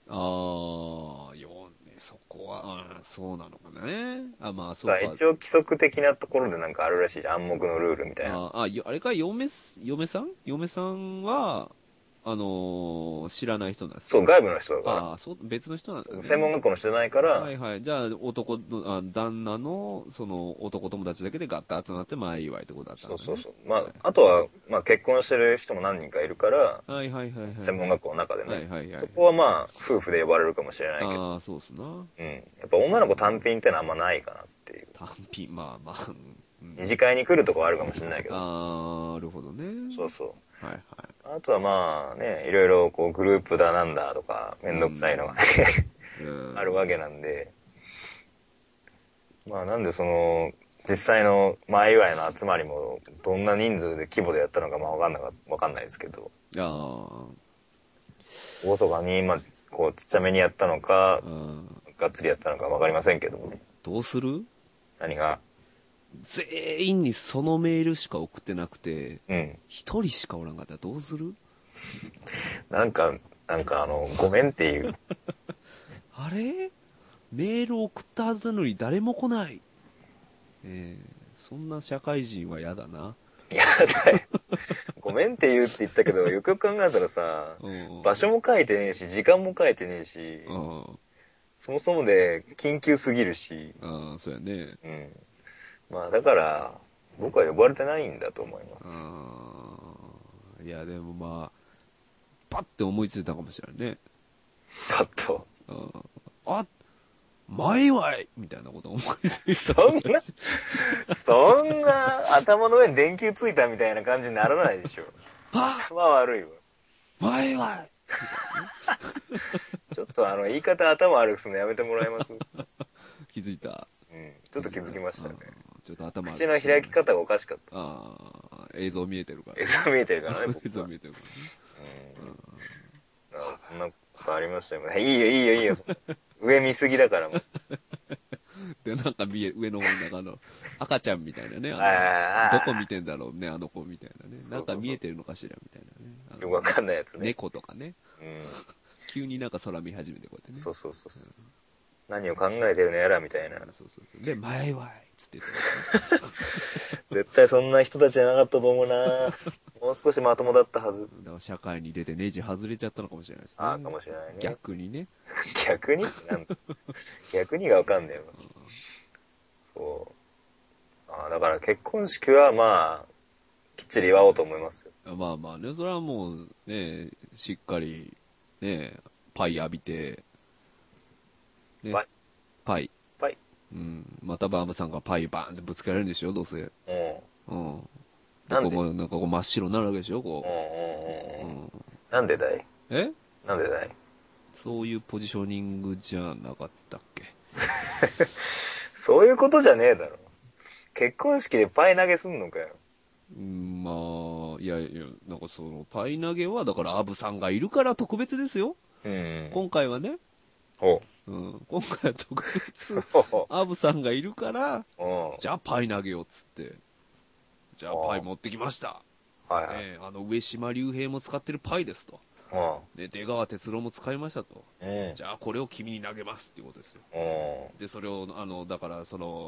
そこは、そうなのかね。 そうか。一応規則的なところでなんかあるらしい。暗黙のルールみたいな。 あれか、嫁さんは、知らない人なんですか？ そう、外部の人だから。別の人なんですかね。 専門学校の人じゃないから。 じゃあ、旦那の、男友達だけでガッと集まって前祝いってことだったんですね。 そう。あとは、結婚してる人も何人かいるから、専門学校の中でね。そこは夫婦で呼ばれるかもしれないけど。 そうっすな。 やっぱ女の子単品ってのはあんまないかなっていう。 単品、 二次会に来るとこはあるかもしれないけど。 なるほどね。 そう。あとはいろいろこうグループだなんだとか、めんどくさいのがね、あるわけなんで、なんで実際の前祝いの集まりも、どんな人数で規模でやったのかわかんないですけど、大とかに、こう、ちっちゃめにやったのか、がっつりやったのかわかりませんけどもね。 どうする？ 何が？ 全員にそのメールしか送ってなくて、一人しかおらんかったらどうする？ なんかごめんっていう。 あれメール送ったはずなのに誰も来ない。そんな社会人は嫌だな。 やだよ。ごめんって言うって言ったけど、よくよく考えたらさ、場所も書いてねえし、時間も書いてねえし、そもそもで緊急すぎるし。 そうやね。 まあだから、僕は呼ばれてないんだと思います。 いや、でもまあ、パッて思いついたかもしれないね。 パッと。 前祝いみたいなこと思いついた。 そんな頭の上に電球ついたみたいな感じにならないでしょ。頭悪いわ。 前祝いちょっと言い方頭悪くするのやめてもらえます？ 気づいた。 ちょっと気づきましたね。 ちょっと頭悪く。 口の開き方がおかしかった。 映像見えてるから。 映像見えてるからね。 映像見えてるからね。そんなことありましたよ。いいよ。上見すぎだからもう。 で、なんか上の方に赤ちゃんみたいなね。どこ見てんだろうね、あの子みたいなね。なんか見えてるのかしらみたいなね。 よくわかんないやつね。 猫とかね。急になんか空見始めてこうやってね。 そう。何を考えてるのやらみたいな。 そう。で、前祝いつって言って絶対そんな人たちじゃなかったと思うな。もう少しまともだったはず。 だから社会に出てネジ外れちゃったのかもしれないですね。 かもしれないね。 逆にね。 逆にがわかんねえよ。そう。だから結婚式はまあ、きっちり祝おうと思いますよ。 まあね、それはもうね、しっかり、ね、パイ浴びて、ね、パイ。またバームさんがパイバーンってぶつけられるんでしょ、どうせ。なんかこう真っ白になるわけでしょ、こう。なんでだい？ なんでだい？そういうポジショニングじゃなかったっけ？ そういうことじゃねえだろ。結婚式でパイ投げすんのかよ。 まあ、いや、なんかパイ投げは、だからアブさんがいるから特別ですよ。今回はね。今回は特別、アブさんがいるから、じゃあパイ投げようっつって。じゃあパイ持ってきました。上島竜兵も使ってるパイですと。出川哲朗も使いましたと。じゃあこれを君に投げますっていうことですよ。で、それを、だから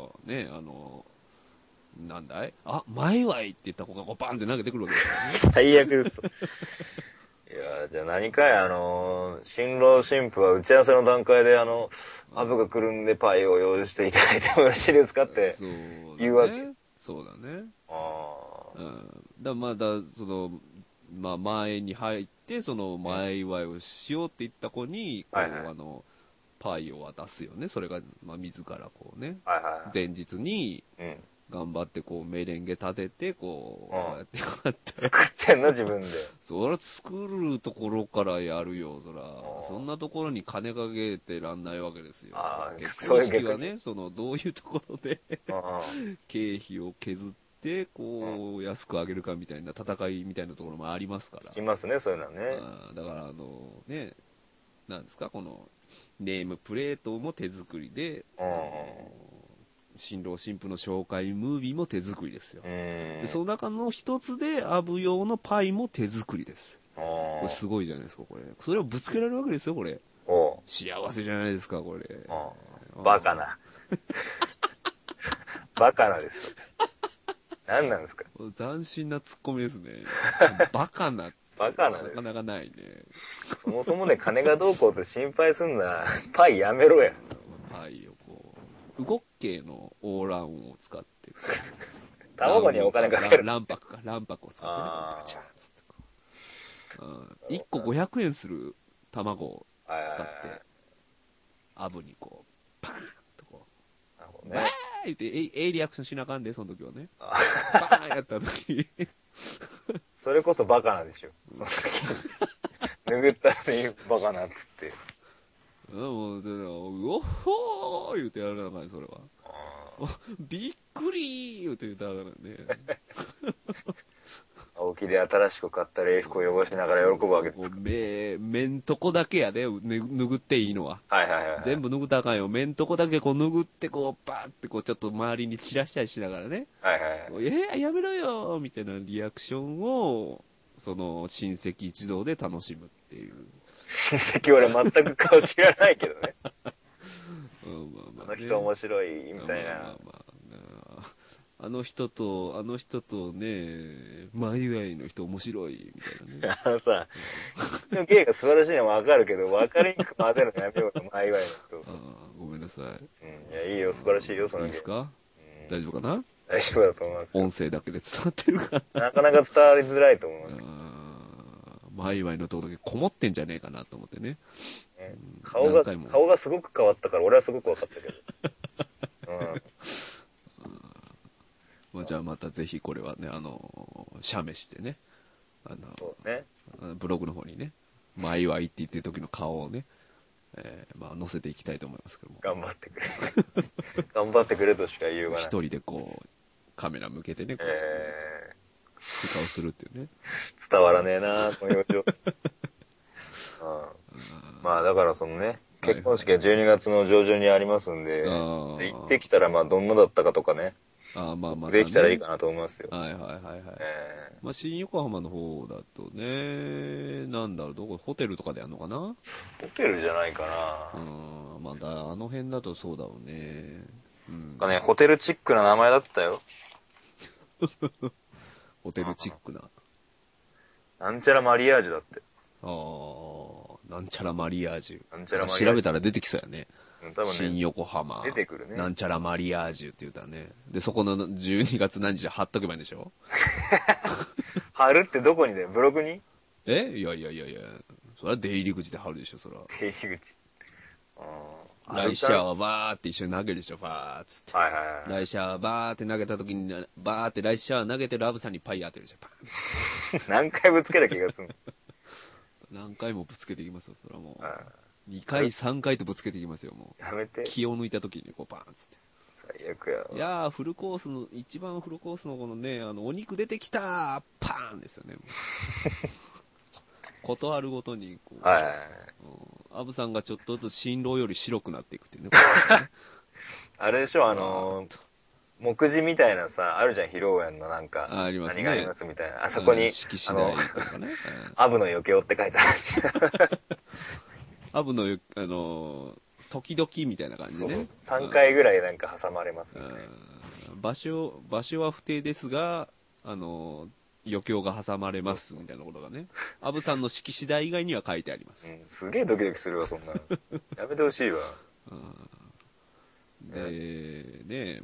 なんだい？前祝いって言った子がこうバンって投げてくるわけですよね。 最悪ですよ。いや、じゃあ何かい、新郎新婦は打ち合わせの段階でアブが来るんでパイを用意していただいてもよろしいですかって言うわけ。 そうだね。前に入って、前祝いをしようって言った子に、パイを渡すよね。それが、自らこうね、前日に、頑張ってメレンゲ立てて、こうやって作ってんの自分で。 そら作るところからやるよ、そんなところに金かけてらんないわけですよ。結婚式はね、どういうところで経費を削って、安く上げるかみたいな戦いみたいなところもありますから。 聞きますね、そういうのはね。 だからなんですか、このネームプレートも手作りで、新郎新婦の紹介ムービーも手作りですよ。でその中の一つでアブ用のパイも手作りです。これすごいじゃないですか、これ。それをぶつけられるわけですよ、これ。幸せじゃないですか、これ。 バカな。バカなですよ。何なんですか？ 斬新なツッコミですね。バカな。 バカなです。 なかなかないね。 そもそもね、金がどうこうって心配すんな。パイやめろや。 パイをウゴッケーのオーランを使って。 卵にはお金かける。 卵白を使ってね。ガチャンつって1個500円する卵を使って、アブにパーンとバーンって、リアクションしなあかんで、その時はね。バーンやった時。 それこそバカなでしょ。その時。拭ったってバカなっつって。 うおほー言うてやらなあかんね、それは。びっくりー言うて言うたらね。 青木で新しく買った礼服を汚しながら喜ぶわけですか。 目んとこだけやで、拭っていいのは。全部拭ったらあかんよ。目んとこだけ拭ってバーってちょっと周りに散らしたりしながらね。やめろよみたいなリアクションをその親戚一同で楽しむっていう。 親戚俺全く顔知らないけどね。あの人面白いみたいな。 あの人とね、マイウェイの人面白いみたいなね。 あのさ、芸が素晴らしいのはわかるけど、わかりにくく混ぜるのやめようよ、マイワイの人。 ごめんなさい。 いや、いいよ、素晴らしいよ、その芸。 いいですか？大丈夫かな？ 大丈夫だと思います。 音声だけで伝わってるかなかなか伝わりづらいと思います。 マイワイのとこだけこもってんじゃねえかなと思ってね。 顔がすごく変わったから俺はすごく分かったけど。じゃあまたぜひこれはね、写メしてね。 そうね。 ブログの方にね、マイワイって言ってる時の顔をね、載せていきたいと思いますけども。 頑張ってくれ。頑張ってくれとしか言いようがない。 一人でこう、カメラ向けてね、顔するっていうね。 伝わらねえなこの表情。まあだからそのね、結婚式は12月の上旬にありますんで、行ってきたらまあどんなだったかとかね。できたらいいかなと思いますよ。まあ新横浜の方だとね、なんだろう、どこ、ホテルとかでやるのかな？ホテルじゃないかな。 まああの辺だとそうだろうね。 ホテルチックな名前だったよ。 ホテルチックな。 なんちゃらマリアージュだって。 なんちゃらマリアージュ。調べたら出てきそうやね。多分ね、新横浜。 出てくるね。 なんちゃらマリアージュって言うたらね。で、そこの12月何日貼っとけばいいんでしょ？ 貼るってどこにね、ブログに？ いや。それは出入り口で貼るでしょ、それは。 出入り口。 ライシャーをバーって一緒に投げるでしょ、バーっつって。ライシャーバーって投げた時に、バーってライシャー投げてラブさんにパイ当てるでしょ、パーン。何回ぶつけなきゃ気がするの？ 何回もぶつけていきますよ、それはもう。2回、3回とぶつけていきますよ、もう。 やめて。 気を抜いた時にこう、バーンっつって。 最悪やわ。 いやー、フルコースの、一番フルコースのこのね、お肉出てきたー、パーンですよね。ことあるごとに、こう。アブさんがちょっとずつ新郎より白くなっていくっていうね。 あれでしょ、目次みたいなさ、あるじゃん、披露宴のなんか。 ありますね。 何がありますみたいな。あそこに、 式次第とかね。 アブの余興って書いてある。 アブの、時々みたいな感じね。 3回ぐらいなんか挟まれますみたいな。 場所は不定ですが、余興が挟まれますみたいなことがね。アブさんの式次第以外には書いてあります。 すげえドキドキするわ、そんなの。やめてほしいわ。 で、ね、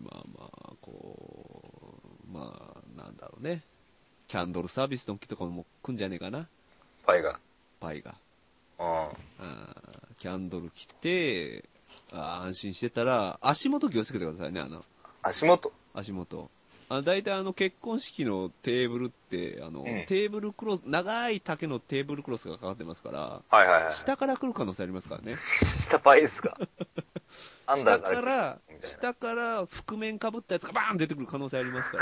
なんだろうね。キャンドルサービスの時とかも来んじゃねえかな。 パイが。 キャンドル来て、安心してたら、足元気をつけてくださいね、 足元。 大体結婚式のテーブルって、テーブルクロス、長い丈のテーブルクロスがかかってますから、下から来る可能性ありますからね。 下パイですか？ 下から覆面かぶったやつがバーン出てくる可能性ありますから、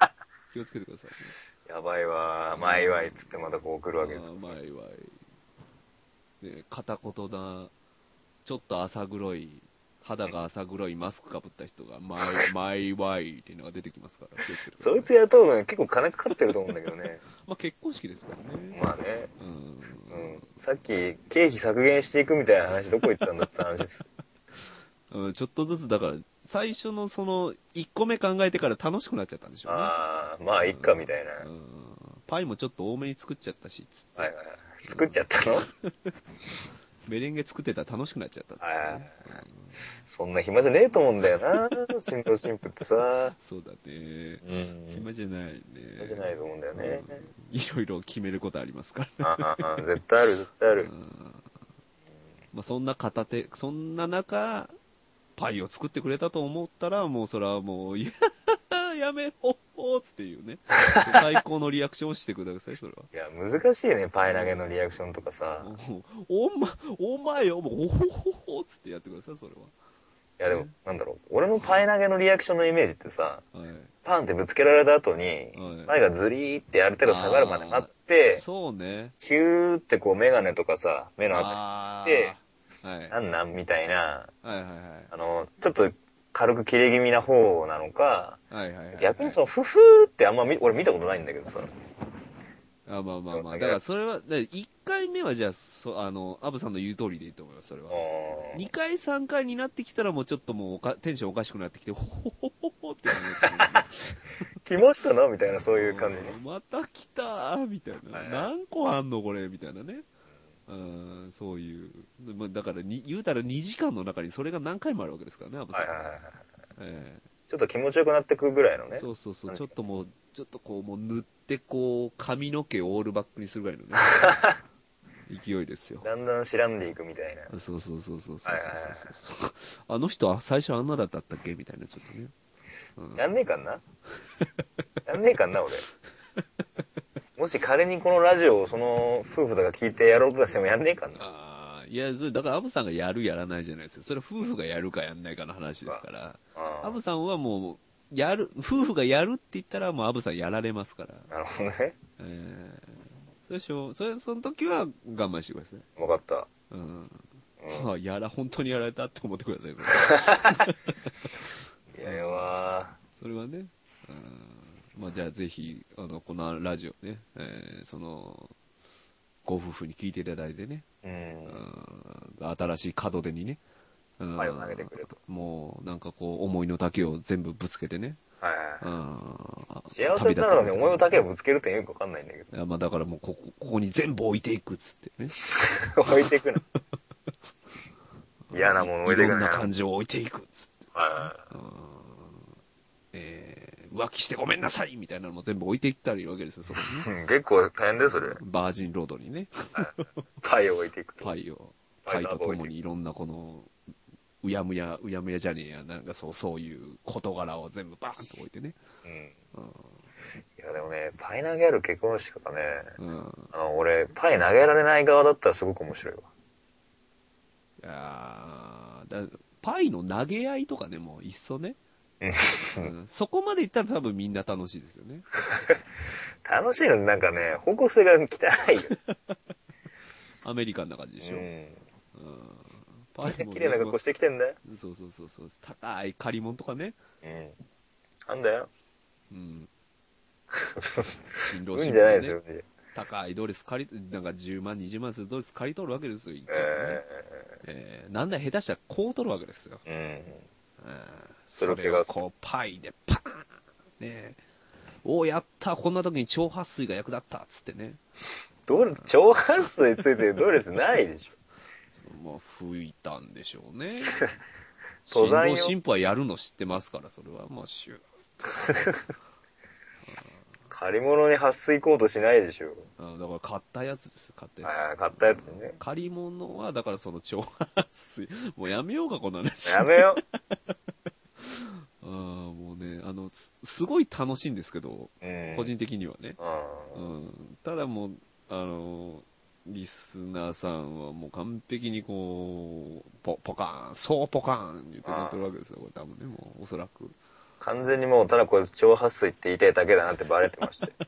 気をつけてくださいね。 やばいわ、マイワイっつってまたこう来るわけですよ。 マイワイ。ね、片言な、ちょっと浅黒い、肌が浅黒いマスクかぶった人が、マイワイっていうのが出てきますから、気をつけてください。 そいつ雇うのに結構金かかってると思うんだけどね。 まあ結婚式ですからね。 まあね。さっき、経費削減していくみたいな話どこ行ったんだって話です。 ちょっとずつだから、最初のその、1個目考えてから楽しくなっちゃったんでしょうね。 まあ、いっかみたいな。 パイもちょっと多めに作っちゃったし、つって。 作っちゃったの？ メレンゲ作ってたら楽しくなっちゃったっつってね。 そんな暇じゃねえと思うんだよな、新郎新婦ってさ。 そうだね。暇じゃないね。 暇じゃないと思うんだよね。 いろいろ決めることありますからね。 絶対ある。 まあそんな中、パイを作ってくれたと思ったら、もうそれはもう、やめほっほーつっていうね。最高のリアクションをしてください、それは。 いや、難しいね、パイ投げのリアクションとかさ。 お前よ、もう、おほほほつってやってください、それは。 いや、でも、なんだろう、俺のパイ投げのリアクションのイメージってさ、パンってぶつけられた後に、パイがズリーってある程度下がるまで待って、 そうね。 ヒューってこうメガネとかさ、目のあたりに行って、なんみたいな、ちょっと軽く切れ気味な方なのか、逆にそのフフーってあんま俺見たことないんだけどさ、 まあまあまあ。だからそれは、1回目はじゃあ、アブさんの言う通りでいいと思います、それは。2回、3回になってきたらもうちょっともうテンションおかしくなってきて、ほほほほほって感じですけど、ね。 来ましたなみたいな、そういう感じね。 また来たーみたいな。何個あんのこれみたいなね。そういう。だから言うたら2時間の中にそれが何回もあるわけですからね、アブさん。 ちょっと気持ちよくなってくぐらいのね。 そうそうそう。ちょっとこう、もう塗ってこう、髪の毛をオールバックにするぐらいのね。勢いですよ。 だんだん知らんでいくみたいな。 そう。あの人は最初あんなだったっけみたいな、ちょっとね。 やんねえかんな俺。もし仮にこのラジオをその夫婦とか聞いてやろうとしてもやんねえかんな。 いや、だからアブさんがやるやらないじゃないですよ。それは夫婦がやるかやんないかの話ですから。アブさんはもう、夫婦がやるって言ったらもうアブさんやられますから。 なるほどね。 その時は我慢してください。 わかった。 本当にやられたって思ってください。 いやいやわー。それはね。まあ、じゃあぜひ、このラジオね、ご夫婦に聞いていただいてね、新しい門出にね、 パイを投げてくれと。 もう、なんかこう、思いの丈を全部ぶつけてね。 幸せなのに思いの丈をぶつけるってよくわかんないんだけど。 いや、まあだからもうここに全部置いていくっつってね。 置いていくな。嫌なもの置いていくな。 いろんな感情を置いていくっつって。浮気してごめんなさいみたいなのも全部置いていったらいいわけですよ、そこにね。 結構大変だよ、それ。 バージンロードにね。 パイを置いていくと。 パイとともにいろんなこの、うやむやじゃねえや、なんかそういう事柄を全部バーンと置いてね。 いやでもね、パイ投げある結婚式とかね、俺、パイ投げられない側だったらすごく面白いわ。 いやパイの投げ合いとかね、もういっそね。そこまでいったら多分みんな楽しいですよね。 楽しいのなんかね、方向性が汚いよ。 アメリカンな感じでしょ。 パイも綺麗な格好してきてんだよ。 そう。高い借り物とかね。 なんだよ。 新郎新婦ね。高いドレスなんか10万、20万するドレス借り取るわけですよ。なんだ下手したらこう取るわけですよ。それをこうパイでパーンねやったこんな時に超撥水が役立ったっつってね。 超撥水ついてるドレスないでしょ。 まあ吹いたんでしょうね。新郎新婦はやるの知ってますから、それはまあシュー借り物に撥水コートしないでしょ。 だから買ったやつですよ、買ったやつね。 借り物はだからその超撥水もうやめようかこんな話。 やめよう。 もうねすごい楽しいんですけど、個人的にはね。ただもうリスナーさんはもう完璧にこうポカーンそうポカーン言ってなってるわけですよ、これ多分ね、もうおそらく完全にもうただこれ超撥水って言いたいだけだなってバレてました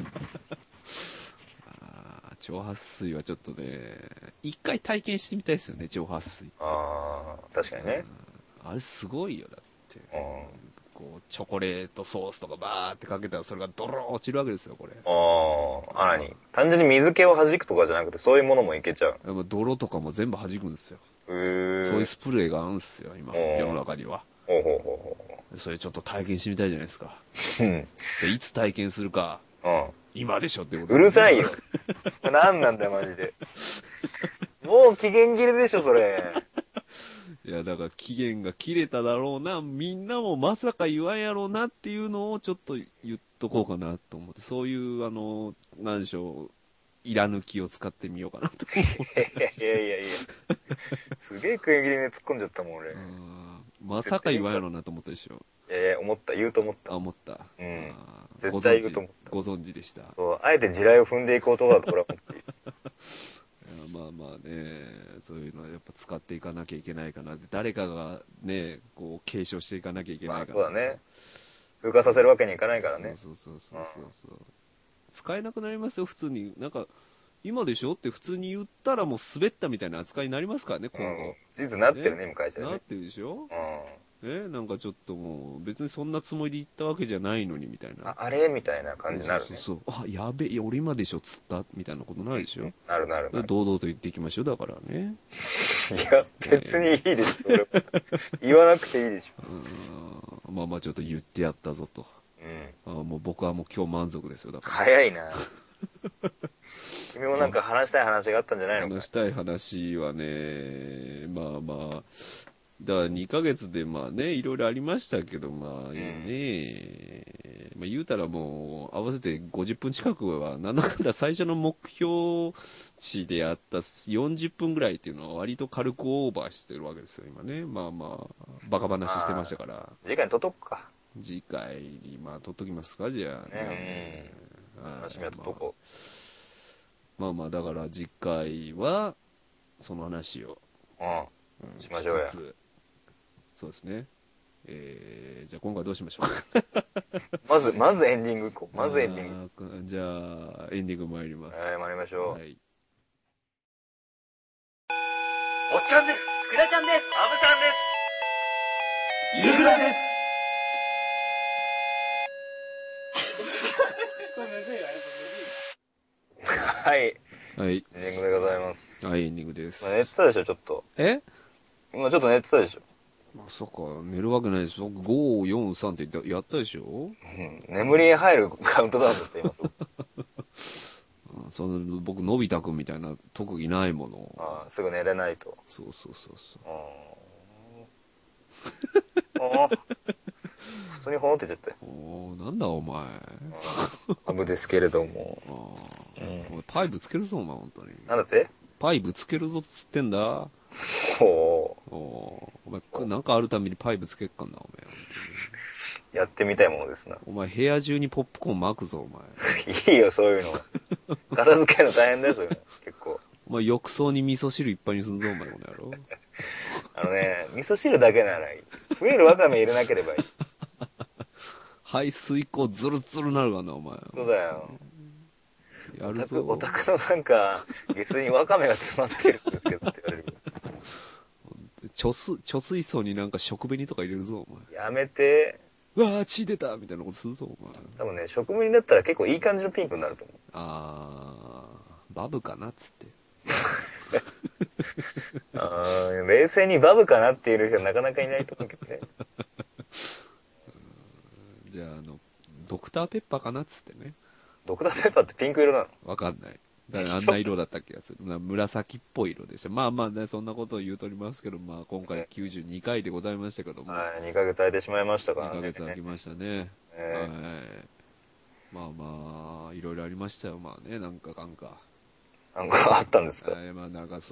超撥水はちょっとね一回体験してみたいですよね、超撥水。 確かにね。 あれすごいよ、だってこうチョコレートソースとかバーってかけたらそれがドロー落ちるわけですよ、これ。 何単純に水気を弾くとかじゃなくてそういうものもいけちゃう。 泥とかも全部弾くんですよ。そういうスプレーがあるんですよ、今世の中には。それちょっと体験してみたいじゃないですか。でいつ体験するか、今でしょってこと、 うるさいよ何なんだよマジでもう期限切れでしょそれ。 いやだから期限が切れただろうな、みんなもまさか言わんやろうなっていうのをちょっと言っとこうかなと思って、そういう何でしょう、いらぬ気を使ってみようかなと思って。 いやすげえ食い切りに突っ込んじゃったもん俺。 まさか言わんやろうなと思ったでしょ。 思った、言うと思った。 思った。 絶対言うと思った。 ご存知でした。 あえて地雷を踏んでいこうとだと俺は思っている。 まあね、そういうのはやっぱ使っていかなきゃいけないかなって、誰かがね、こう継承していかなきゃいけないから。 そうだね。風化させるわけにいかないからね。 そう。使えなくなりますよ、普通に。なんか、今でしょって普通に言ったらもう滑ったみたいな扱いになりますからね、今後。 事実なってるね、今会社で。 なってるでしょ。 なんかちょっともう、別にそんなつもりで言ったわけじゃないのに、みたいな。 あれみたいな感じになるね。 そう。あ、やべえ、俺今でしょ、つった、みたいなことになるでしょ。 なる。 堂々と言っていきましょう、だからね。 いや、別にいいでしょ、俺言わなくていいでしょ。 まあちょっと言ってやったぞと。もう僕はもう今日満足ですよ、だから。 早いな。君もなんか話したい話があったんじゃないのか。 話したい話はね、だから2ヶ月でまあね、いろいろありましたけど、まあ言うたらもう合わせて50分近くは、なんだかんだ最初の目標値であった40分ぐらいっていうのは割と軽くオーバーしてるわけですよ、今ね。バカ話してましたから。 次回に撮っとくか。 次回に、撮っときますか、じゃあ。 話もやっとこう。だから次回は、その話を。 しましょうや。 そうですね。じゃあ今回どうしましょうか。まずエンディング行こう。まずエンディング。じゃあ、エンディング参ります。 参りましょう。 おっちゃんです。くらちゃんです。あぶちゃんです。ゆるくらです。これむずいわ、やっぱむずいわ。 はい。 はい。 エンディングでございます。 はい、エンディングです。 寝てたでしょ、ちょっと。今ちょっと寝てたでしょ。 そっか、寝るわけないです。5、4、3って言ってやったでしょ。 眠りに入るカウントダウンだって今僕、のび太くんみたいな特技ないもの。 すぐ寝れないと。 そう。 普通にほーって言っちゃったよ。なんだお前。 アブですけれども。 パイぶつけるぞ、お前、本当に。 なんだって？ パイぶつけるぞっつってんだ。 お前、なんかあるためにパイぶつけっかんな、お前。 やってみたいものですな。 お前、部屋中にポップコーン巻くぞ、お前。いいよ、そういうの。片付けるの大変だよ、そういうの。結構。 お前、浴槽に味噌汁いっぱいにすんぞ、お前、この野郎。 味噌汁だけならいい。増えるわかめ入れなければいい。 排水口ズルズルなるわな、お前。 そうだよ。 やるぞ。 お宅のなんか、下水にわかめが詰まってるんですけどって言われる。 貯水槽になんか食紅とか入れるぞ、お前。 やめて。 うわー、血出たみたいなことするぞ、お前。 多分ね、食紅だったら結構いい感じのピンクになると思う。バブかなっつって。 冷静にバブかなっていう人はなかなかいないと思うけどね。 じゃあ、ドクターペッパーかなっつってね。 ドクターペッパーってピンク色なの？ わかんない。だからあんな色だった気がする。紫っぽい色でした。ね、そんなことを言うとりますけど、今回92回でございましたけども。 はい、2ヶ月空いてしまいましたからね。 2ヶ月空きましたね。いろいろありましたよ。なんか。 なんかあったんですか？ なんか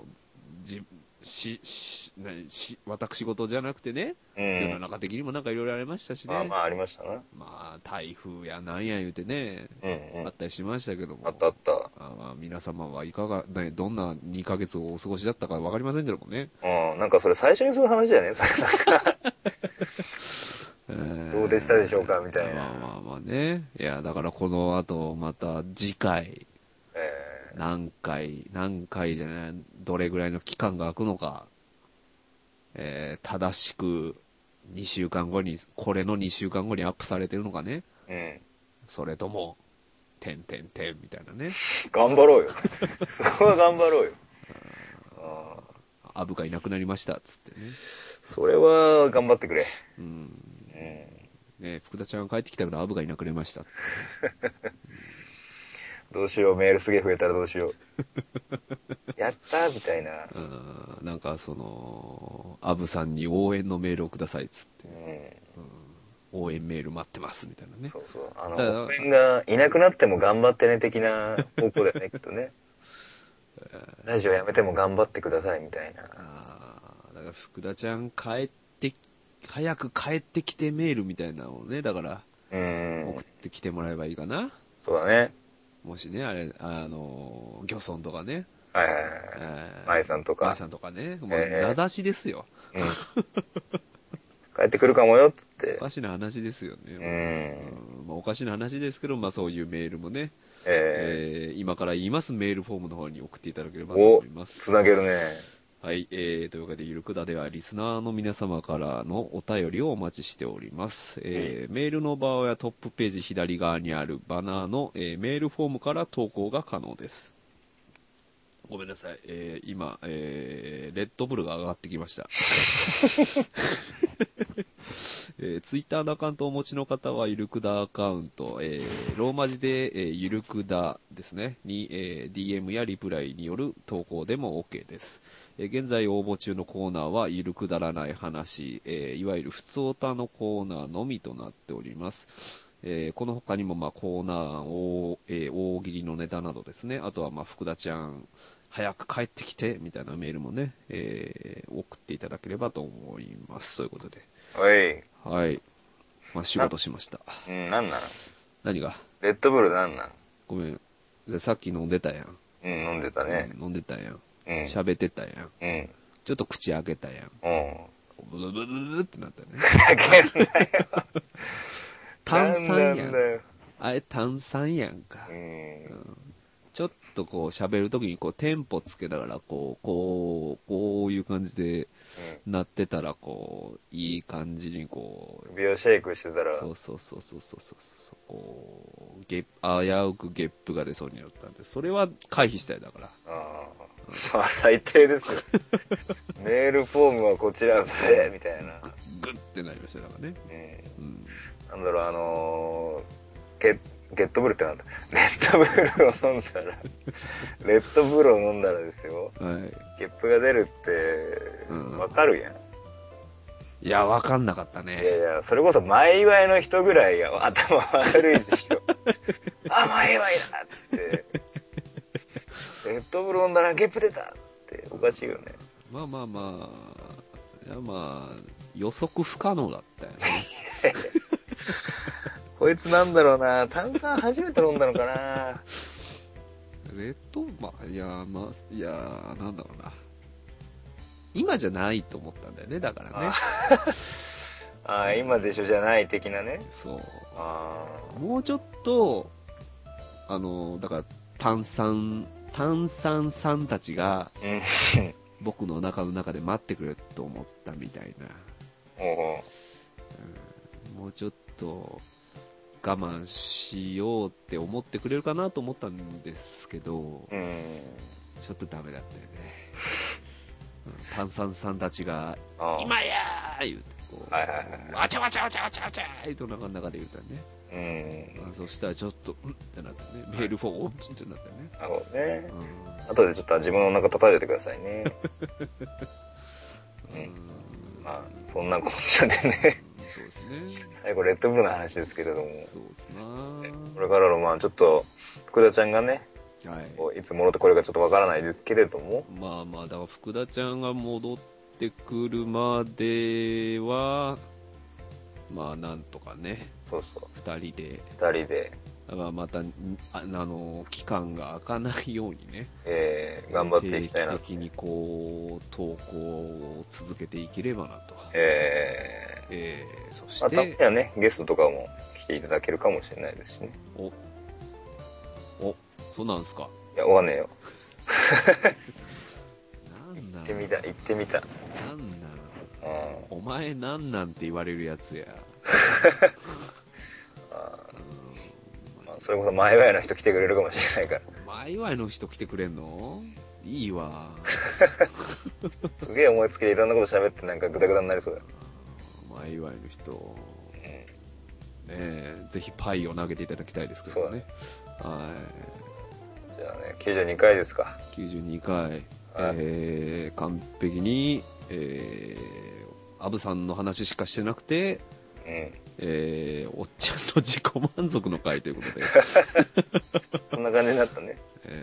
私事じゃなくてね、世の中的にもなんかいろいろありましたしね。 ありましたね。 台風やなんや言うてね、あったりしましたけども。 あった。 皆様はいかが、どんな2ヶ月をお過ごしだったかわかりませんけどもね。 なんかそれ最初にする話だよね、それどうでしたでしょうかみたいな。 ね。いや、だからこの後、また次回、何回じゃない、どれぐらいの期間が空くのか、正しく2週間後に、これの2週間後にアップされてるのかね。それとも、みたいなね。 頑張ろうよ。そこは頑張ろうよ。 アブがいなくなりました、つってね。 それは頑張ってくれ。 ね、福田ちゃんが帰ってきたけどアブがいなくなりました、つって。 どうしよう、メールすげえ増えたらどうしよう。やったーみたいな。 なんかアブさんに応援のメールをくださいっつって、応援メール待ってますみたいなね。 そう。応援がいなくなっても頑張ってね的な方向だよね、きっとね。ラジオやめても頑張ってくださいみたいな。だから福田ちゃん早く帰ってきてメールみたいなのをね、だから送ってきてもらえばいいかな。 そうだね。 もしね、漁村とかね。 舞さんとかね。名指しですよ。 帰ってくるかもよっつって。 おかしな話ですよね。おかしな話ですけど、そういうメールもね、今から言いますメールフォームの方に送っていただければと思います。 つなげるね。 はい、というわけで、ゆるくだではリスナーの皆様からのお便りをお待ちしております。メールの場合はトップページ左側にあるバナーの、メールフォームから投稿が可能です。ごめんなさい。今、レッドブルが上がってきました。ツイッターのアカウントをお持ちの方は、ゆるくだアカウント、ローマ字で、ゆるくだですね、に、DM やリプライによる投稿でも OK です。現在応募中のコーナーは、ゆるくだらない話、いわゆるふつおたのコーナーのみとなっております。この他にも、コーナーを、大喜利のネタなどですね、あとは、福田ちゃん、早く帰ってきて、みたいなメールもね、送っていただければと思います。そういうことで。はい。仕事しました。 なんなの？ 何が？ レッドブルなんなん？ ごめん。さっき飲んでたやん。 飲んでたね。 飲んでたやん。喋ってたやん。ちょっと口開けたやん。ブルブルブルってなったね。 叫んだよ。 炭酸やん。あれ炭酸やんか。ちょっとこう喋るときにこうテンポつけながらこういう感じでなってたらこういい感じにこう首をシェイクしてたらそうこう危うくゲップが出そうになったんでそれは回避したいだから最低ですよメールフォームはこちらでみたいなグッてなりましただからね、 なんだろうゲットブルってなんだレッドブルを飲んだらレッドブルを飲んだらですよ、ゲップが出るってわかるやん、 いやわかんなかったね。 いやそれこそ前祝いの人ぐらい頭悪いでしょ前祝いだっつってレッドブル飲んだらゲップ出たっておかしいよね。 いや予測不可能だったよねこいつなんだろうな、炭酸初めて飲んだのかな。 レッドいやなんだろうな。今じゃないと思ったんだよね、だからね。 今でしょじゃない的なね。 そう。もうちょっと、だから炭酸さんたちが、僕のお腹の中で待ってくれると思ったみたいな。もうちょっと、我慢しようって思ってくれるかなと思ったんですけど、ちょっとダメだったよね。炭酸さんたちが、今やー言うて、こう、わちゃわちゃわちゃわちゃわちゃーと中の中で言うたね。そしたらちょっと、ってなったね。メールフォームってなったね。 なるほどね。後でちょっと自分のお腹叩いててくださいね。そんなこんなでね。 そうですね。 最後レッドブルの話ですけれども。 そうですな。 これからのちょっと福田ちゃんがね、いつ戻ってこれるかちょっとわからないですけれども。 だから福田ちゃんが戻ってくるまではなんとかね。2人で。また期間が空かないようにね。 頑張っていきたいな。 定期的にこう投稿を続けていければなと。そしてたまにはねゲストとかも来ていただけるかもしれないですしね。 そうなんすか。 いやわかんねえよ。 なん行ってみた。 なんお前なんて言われるやつや。 それこそ前祝いの人来てくれるかもしれないから。 前祝いの人来てくれんの？いいわ。 すげえ思いつきでいろんなこと喋ってなんかグダグダになりそうだよ。 前祝いの人、ぜひパイを投げていただきたいですけどね。はい。 じゃあね、92回ですか。 92回。完璧に、アブさんの話しかしてなくて、おっちゃんの自己満足の回ということで。 そんな感じになったね。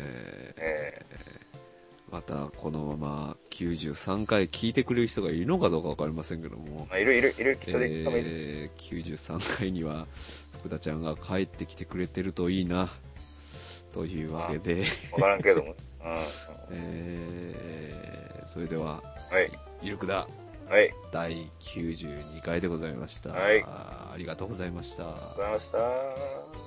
またこのまま93回聞いてくれる人がいるのかどうかわかりませんけども、 いる 93回には福田ちゃんが帰ってきてくれてるといいなというわけでわからんけども、 それでは、ゆるくだ、第92回でございました。ありがとうございました。